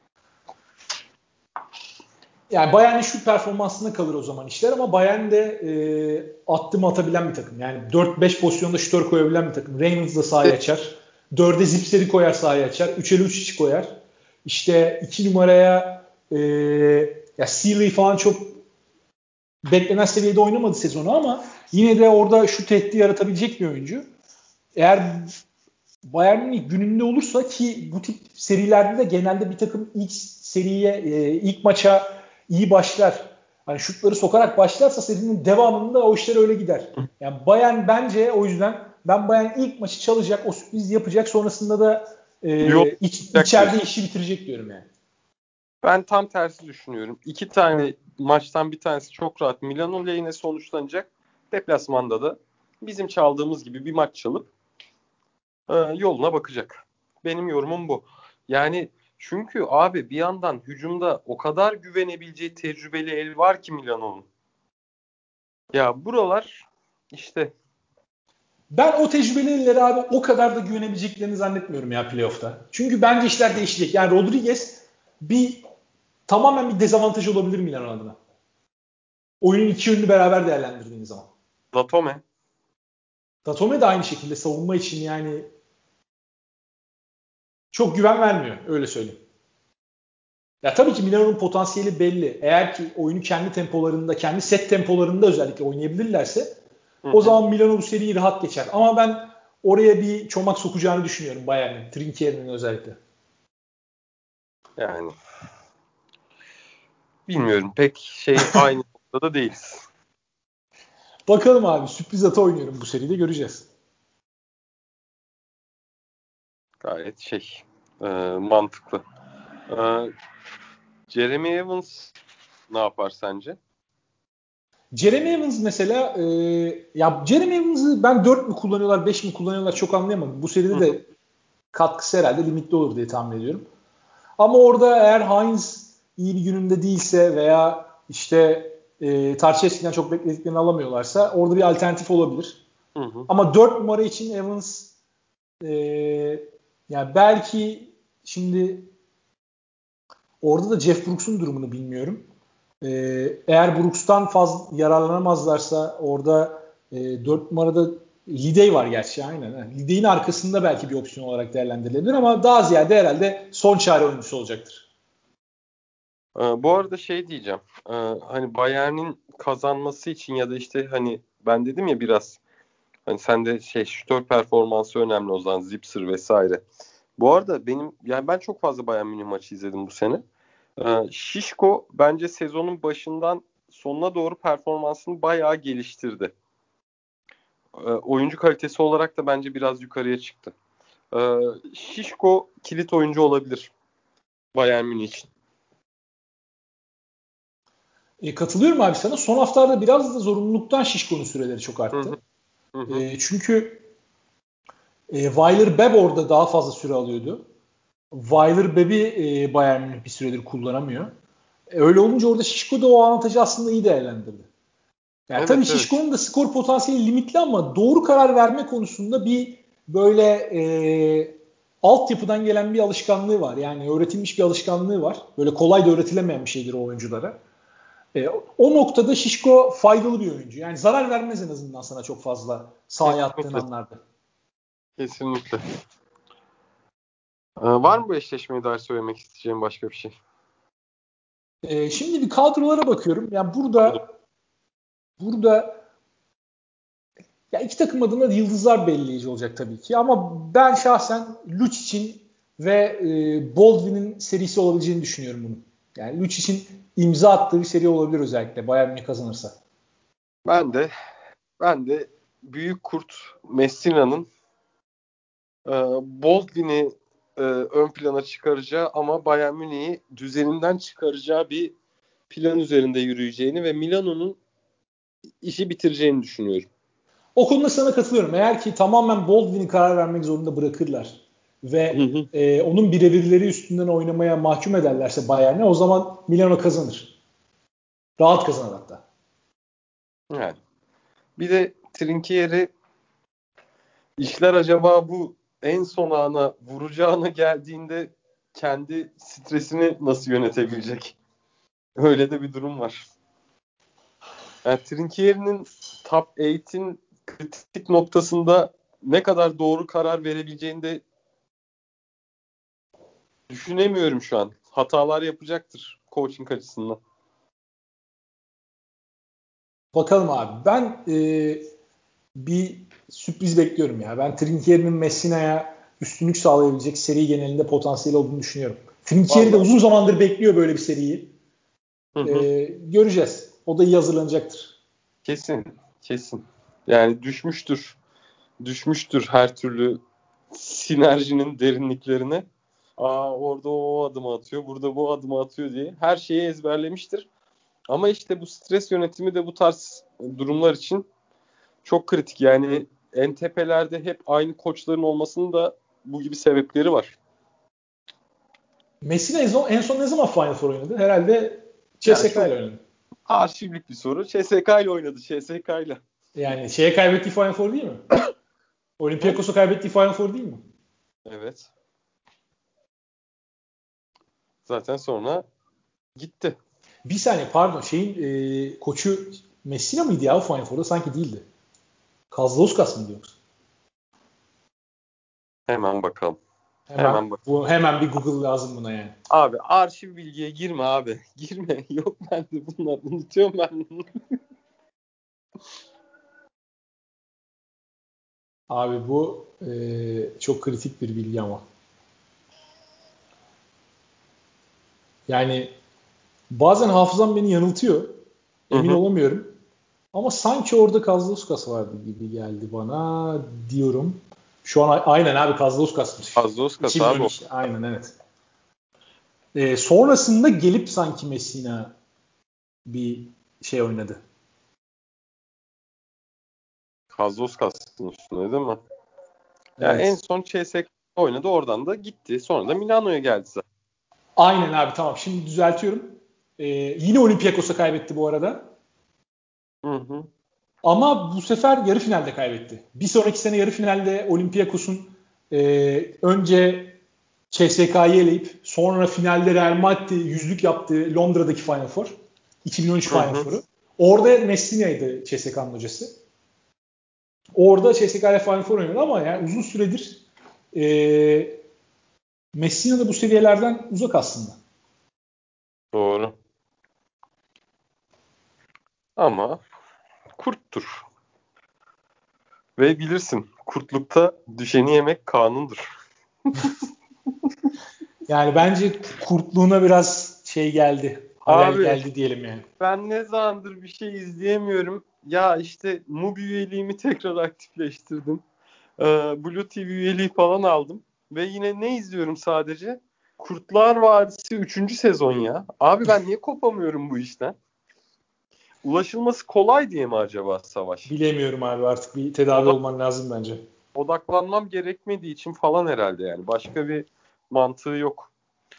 Yani Bayern'in şu performansına kalır o zaman işler ama Bayern de attım atabilen bir takım. Yani 4-5 pozisyonda şutör koyabilen bir takım. Reynolds da sahaya açar. 4'e Zipser'i koyar sahaya açar. 3'e Lucic'i koyar. İşte 2 numaraya ya Sealy falan çok beklenen seviyede oynamadı sezonu ama yine de orada şu tehdidi yaratabilecek bir oyuncu. Eğer Bayern'in gününde olursa ki bu tip serilerde de genelde bir takım ilk maça iyi başlar. Hani şutları sokarak başlarsa serinin devamında o işler öyle gider. Yani Bayern bence o yüzden ben Bayern ilk maçı çalacak, o sürpriz yapacak. Sonrasında da içeride işi bitirecek diyorum yani. Ben tam tersi düşünüyorum. 2 tane maçtan bir tanesi çok rahat Milano lehine sonuçlanacak. Deplasmanda da bizim çaldığımız gibi bir maç çalıp yoluna bakacak. Benim yorumum bu. Yani çünkü abi bir yandan hücumda o kadar güvenebileceği tecrübeli el var ki Milano'nun. Ya buralar işte Ben o tecrübeli abi o kadar da güvenebileceklerini zannetmiyorum ya playoff'ta. Çünkü bence işler değişecek. Yani Rodriguez tamamen bir dezavantaj olabilir Milan adına. Oyunun iki yönünü beraber değerlendirdiğiniz zaman. Datome. Datome de aynı şekilde savunma için yani çok güven vermiyor. Öyle söyleyeyim. Ya tabii ki Milano'nun potansiyeli belli. Eğer ki oyunu kendi tempolarında, kendi set tempolarında özellikle oynayabilirlerse o zaman Milano bu seriyi rahat geçer. Ama ben oraya bir çomak sokacağını düşünüyorum Bayern'in. Trinkieri'nin özellikle. Yani bilmiyorum. Pek aynı noktada değiliz. Bakalım abi sürpriz ata oynuyorum bu seride göreceğiz. Gayet mantıklı. E, Jeremy Evans ne yapar sence? Jeremy Evans mesela ya Jeremy Evans'ı ben 4 mü kullanıyorlar 5 mi kullanıyorlar çok anlayamadım. Bu seride de katkısı herhalde limitli olur diye tahmin ediyorum. Ama orada eğer Heinz iyi bir gününde değilse veya işte Tarçevski'den çok beklediklerini alamıyorlarsa orada bir alternatif olabilir. Hı hı. Ama 4 numara için Evans e, yani belki şimdi orada da Jeff Brooks'un durumunu bilmiyorum. Eğer Brooks'tan fazla yararlanamazlarsa orada 4 numarada Lidey var gerçi aynen. Lidey'in arkasında belki bir opsiyon olarak değerlendirilebilir ama daha ziyade herhalde son çare oyuncusu olacaktır. Bu arada diyeceğim. Hani Bayern'in kazanması için ya da işte hani ben dedim ya biraz hani sende şutör performansı önemli o zaman Zipser vesaire. Bu arada ben çok fazla Bayern Münih maçı izledim bu sene. Şişko bence sezonun başından sonuna doğru performansını bayağı geliştirdi. Oyuncu kalitesi olarak da bence biraz yukarıya çıktı. Şişko kilit oyuncu olabilir Bayern Münih için. Katılıyorum abi sana. Son haftalarda biraz da zorunluluktan Şişko'nun süreleri çok Hı hı, arttı. hı. Çünkü Weiler-Beb orada daha fazla süre alıyordu. Weiler-Beb'i Bayern Münih bir süredir kullanamıyor. Öyle olunca orada Şişko da o avantajı aslında iyi değerlendirdi. Yani tabii Evet, evet. Şişko'nun da skor potansiyeli limitli ama doğru karar verme konusunda bir böyle altyapıdan gelen bir alışkanlığı var. Yani öğretilmiş bir alışkanlığı var. Böyle kolay da öğretilemeyen bir şeydir o oyunculara. O noktada Şişko faydalı bir oyuncu. Yani zarar vermez en azından sana çok fazla sahaya attığın Kesinlikle. anlarda. Kesinlikle. Var mı bu eşleşmeye dair söylemek isteyeceğim başka bir şey? Şimdi bir kadrolara bakıyorum. Yani burada ya iki takım adına da yıldızlar belirleyici olacak tabii ki. Ama ben şahsen Lucic'in ve Baldwin'in serisi olabileceğini düşünüyorum bunun. Yani Lucic'in imza attığı bir seri olabilir özellikle Bayern Münih kazanırsa. Ben de Büyük Kurt Messina'nın Baldwin'i ön plana çıkaracağı ama Bayern Münih'i düzeninden çıkaracağı bir plan üzerinde yürüyeceğini ve Milano'nun işi bitireceğini düşünüyorum. O konuda sana katılıyorum. Eğer ki tamamen Baldwin'i karar vermek zorunda bırakırlar Hı ve hı. onun birebirleri üstünden oynamaya mahkum ederlerse Bayern'e o zaman Milano kazanır. Rahat kazanır hatta. Yani. Bir de Trinkieri işler acaba bu en son ana vuracağına geldiğinde kendi stresini nasıl yönetebilecek? Öyle de bir durum var. Yani Trinkieri'nin top 8'in kritik noktasında ne kadar doğru karar verebileceğini de düşünemiyorum şu an. Hatalar yapacaktır coaching açısından. Bakalım abi. Ben bir sürpriz bekliyorum ya. Ben Trinkieri'nin Messina'ya üstünlük sağlayabilecek seri genelinde potansiyeli olduğunu düşünüyorum. Trinkieri de Vallahi. uzun zamandır bekliyor böyle bir seriyi. Hı hı. Göreceğiz. O da iyi hazırlanacaktır. Kesin. Kesin. Yani düşmüştür her türlü sinerjinin derinliklerine. Orada o adımı atıyor, burada bu adımı atıyor diye her şeyi ezberlemiştir. Ama işte bu stres yönetimi de bu tarz durumlar için çok kritik. Yani en tepelerde hep aynı koçların olmasının da bu gibi sebepleri var. Messina en son ne zaman Final Four oynadı? Herhalde Yani CSKA çok ile oynadı. arşivlik bir soru. CSK ile oynadı. CSK ile. Yani şeye kaybettiği Final Four değil mi? Olympiakos'a kaybettiği Final Four değil mi? Evet. Zaten sonra gitti. Bir saniye pardon. Koçu Messina mıydı ya o Final Four'da? Sanki değildi. Kazlauskas mıydı yoksa? Hemen bakalım. Hemen Hemen bak. hemen bir Google lazım buna yani. Abi arşiv bilgiye girme abi. Girme. Yok ben de bunlar. Unutuyorum ben bunu. Abi bu çok kritik bir bilgi ama. Yani bazen hafızam beni yanıltıyor. Hı Emin hı. olamıyorum. Ama sanki orada Kazlauskas vardı gibi geldi bana diyorum. Şu an aynen abi Kazlauskas'mış. Azdos İçimden abi o. işte. Aynen evet. Sonrasında gelip sanki Messina bir şey oynadı. Azdoskas'ın üstüne değil mi? Ya en Evet. son CSK oynadı. Oradan da gitti. Sonra da Milano'ya geldi zaten. Aynen abi tamam. Şimdi düzeltiyorum. Yine Olympiakos'a kaybetti bu arada. Hı hı. Ama bu sefer yarı finalde kaybetti. Bir sonraki sene yarı finalde Olympiakos'un önce CSK'yı eleyip sonra finalde Real Madrid'i yüzlük yaptığı Londra'daki Final Four. 2013 Hı Final hı. Four'u. Orada Messina'ydı CSK'nın hocası. Orada CSK ile Final Four oynadı ama yani uzun süredir Messina da bu seviyelerden uzak aslında. Doğru. Ama kurttur. Ve bilirsin kurtlukta düşeni yemek kanundur. Yani bence kurtluğuna biraz şey geldi. Halel Abi geldi diyelim yani. ben ne zamandır bir şey izleyemiyorum. Ya işte Mubi üyeliğimi tekrar aktifleştirdim. Blue TV üyeliği falan aldım. Ve yine ne izliyorum sadece? Kurtlar Vadisi 3. sezon ya. Abi ben niye kopamıyorum bu işten? Ulaşılması kolay diye mi acaba Savaş? Bilemiyorum abi artık bir tedavi Odak, olman lazım bence. odaklanmam gerekmediği için falan herhalde yani. Başka bir mantığı yok.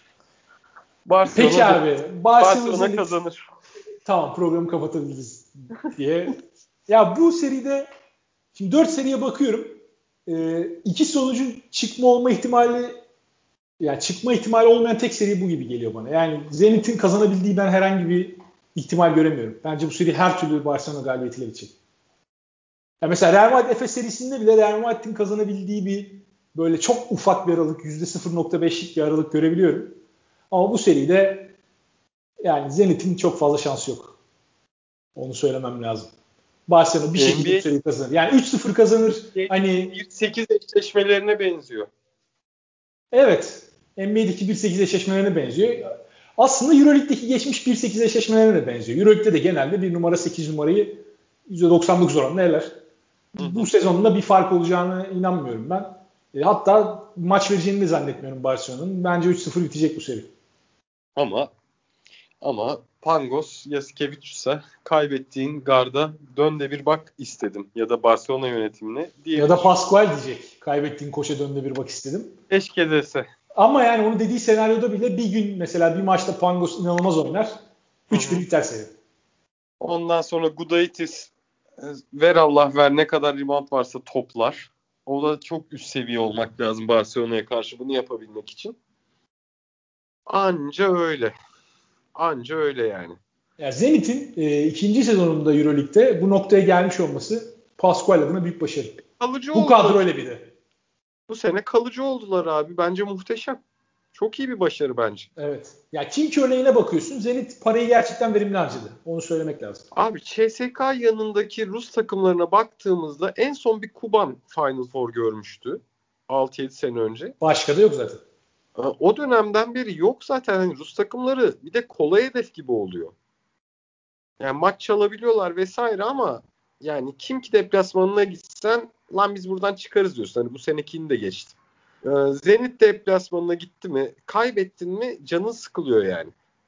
Peki Barcelona abi Barcelona Barcelona Zenit kazanır. tamam programı kapatabiliriz diye. Ya bu seride şimdi 4 seriye bakıyorum. İki sonucun çıkma olma ihtimali yani çıkma ihtimali olmayan tek seri bu gibi geliyor bana. Yani Zenit'in kazanabildiği ben herhangi bir ihtimal göremiyorum. Bence bu seri her türlü Barcelona galibiyetiyle bitecek. Ya mesela Real Madrid Efes serisinde bile Real Madrid'in kazanabildiği bir böyle çok ufak bir aralık %0.5'lik bir aralık görebiliyorum. Ama bu seride yani Zenit'in çok fazla şansı yok. Onu söylemem lazım. Barcelona bir şekilde bu NBA seriyi kazanır. Yani 3-0 kazanır. Hani 1-8 eşleşmelerine benziyor. evet NBA'deki 1-8 eşleşmelerine benziyor. Aslında Euroleague'deki geçmiş 1-8 eşleşmelerine de benziyor. Euroleague'de de genelde 1 numara 8 numarayı %99 oranla eler. Hı Bu hı. sezonunda bir fark olacağını inanmıyorum ben. Hatta maç vereceğini de zannetmiyorum Barcelona'nın. Bence 3-0 bitecek bu seri. Ama Pangos Yasikevicius'a kaybettiğin garda dön de bir bak istedim. Ya da Barcelona yönetimine Ya da diyebilir. Pascual diyecek. Kaybettiğin koşa döndü bir bak istedim. Keşke dese. Ama yani onu dediği senaryoda bile bir gün mesela bir maçta Pangos inanılmaz oynar. Hı 3-1 hı. biter seri. Ondan sonra Gudaitis ver Allah ver ne kadar rebound varsa toplar. O da çok üst seviye olmak lazım Barcelona'ya karşı bunu yapabilmek için. Anca öyle. Anca öyle yani. Yani Zenit'in ikinci sezonunda Euroleague'de bu noktaya gelmiş olması Pascual adına büyük başarı. Kalıcı Bu oldular kadroyla işte. bir de. Bu sene kalıcı oldular abi. Bence muhteşem. Çok iyi bir başarı bence. Evet. Ya King örneğine bakıyorsun. Zenit parayı gerçekten verimli harcadı. Onu söylemek lazım. Abi CSK yanındaki Rus takımlarına baktığımızda en son bir Kuban Final Four görmüştü. 6-7 sene önce. Başka da yok zaten. O dönemden beri yok zaten. Hani Rus takımları bir de kolay hedef gibi oluyor. Yani maç çalabiliyorlar vesaire ama yani kim ki deplasmanına gitsen lan biz buradan çıkarız diyorsun. Hani bu senekini de geçtim. Zenit deplasmanına gitti mi, kaybettin mi canın sıkılıyor yani.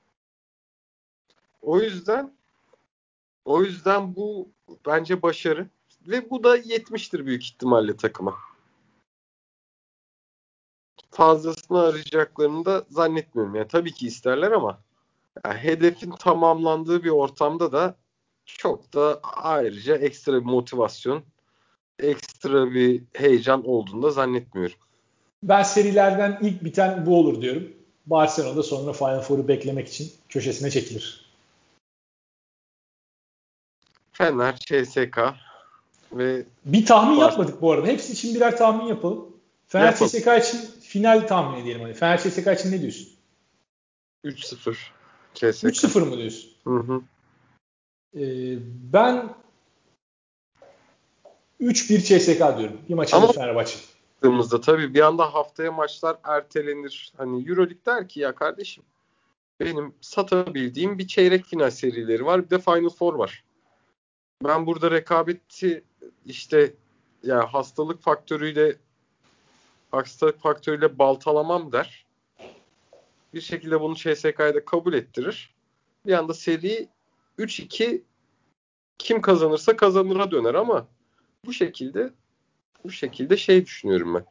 O yüzden bu bence başarı ve bu da yetmiştir büyük ihtimalle takıma. Fazlasını arayacaklarını da zannetmiyorum. Yani tabii ki isterler ama yani hedefin tamamlandığı bir ortamda da çok da ayrıca ekstra bir motivasyon, ekstra bir heyecan olduğunu da zannetmiyorum. Ben serilerden ilk biten bu olur diyorum. Barcelona'da sonra Final Four'u beklemek için köşesine çekilir. Fener, CSK ve Bir tahmin yapmadık bu arada. Hepsi için birer tahmin yapalım. Fener yapalım. CSK için final tahmin edelim. Hani. Fener CSK için ne diyorsun? 3-0 CSK. 3-0 mı diyorsun? Hı. Ben 3-1 CSK diyorum. Bir maç alır Ama Fenerbahçe. baktığımızda tabii bir anda haftaya maçlar ertelenir. Hani Euroleague der ki ya kardeşim benim satabildiğim bir çeyrek final serileri var. Bir de Final Four var. Ben burada rekabeti işte ya hastalık faktörüyle baltalamam der. Bir şekilde bunu CSK'ya da kabul ettirir. Bir anda seri 3-2 kim kazanırsa kazanıra döner ama bu şekilde şey düşünüyorum ben.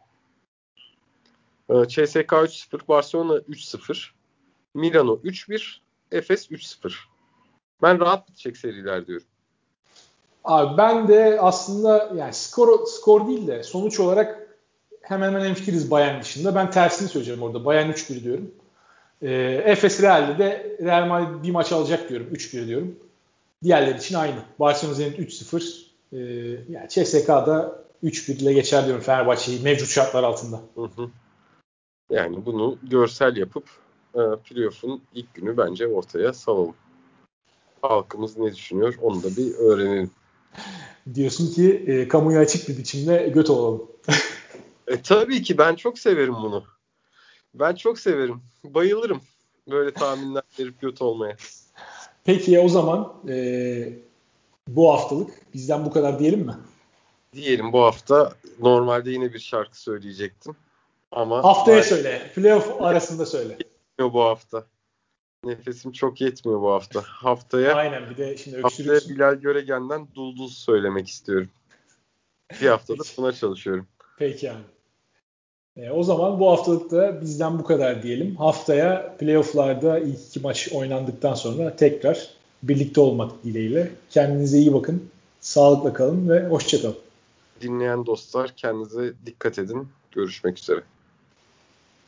CSK 3-0, Barcelona 3-0, Milano 3-1, Efes 3-0. Ben rahat bitecek seriler diyorum. Abi ben de aslında yani skor değil de sonuç olarak hemen hemen hemfikiriz Bayern dışında. Ben tersini söyleyeceğim orada. Bayern 3-1 diyorum. Efes Real'de de Real Madrid bir maç alacak diyorum. 3-1 diyorum. Diğerleri için aynı. Barcelona Zenit 3-0. Yani CSK'da 3-1 ile geçer diyorum Fenerbahçe'yi mevcut şartlar altında. Hı. Yani bunu görsel yapıp playoff'un ilk günü bence ortaya salalım. Halkımız ne düşünüyor onu da bir öğrenelim. Diyorsun ki kamuya açık bir biçimde göt olalım. Tabii ki ben çok severim bunu. Ben çok severim. Bayılırım böyle tahminler verip göt olmaya. Peki o zaman bu haftalık bizden bu kadar diyelim mi? Diyelim bu hafta normalde yine bir şarkı söyleyecektim. Ama Haftaya söyle. Playoff arasında söyle. bu hafta. Nefesim çok yetmiyor bu hafta. Aynen bir de şimdi Haftaya öksürüksün. Bilal Göregen'den Dulduz söylemek istiyorum. Bir haftadır Peki. buna çalışıyorum. Peki abi. O zaman bu haftalık da bizden bu kadar diyelim. Haftaya playoff'larda ilk iki maç oynandıktan sonra tekrar birlikte olmak dileğiyle. Kendinize iyi bakın. Sağlıkla kalın ve hoşça kalın. Dinleyen dostlar kendinize dikkat edin. Görüşmek üzere.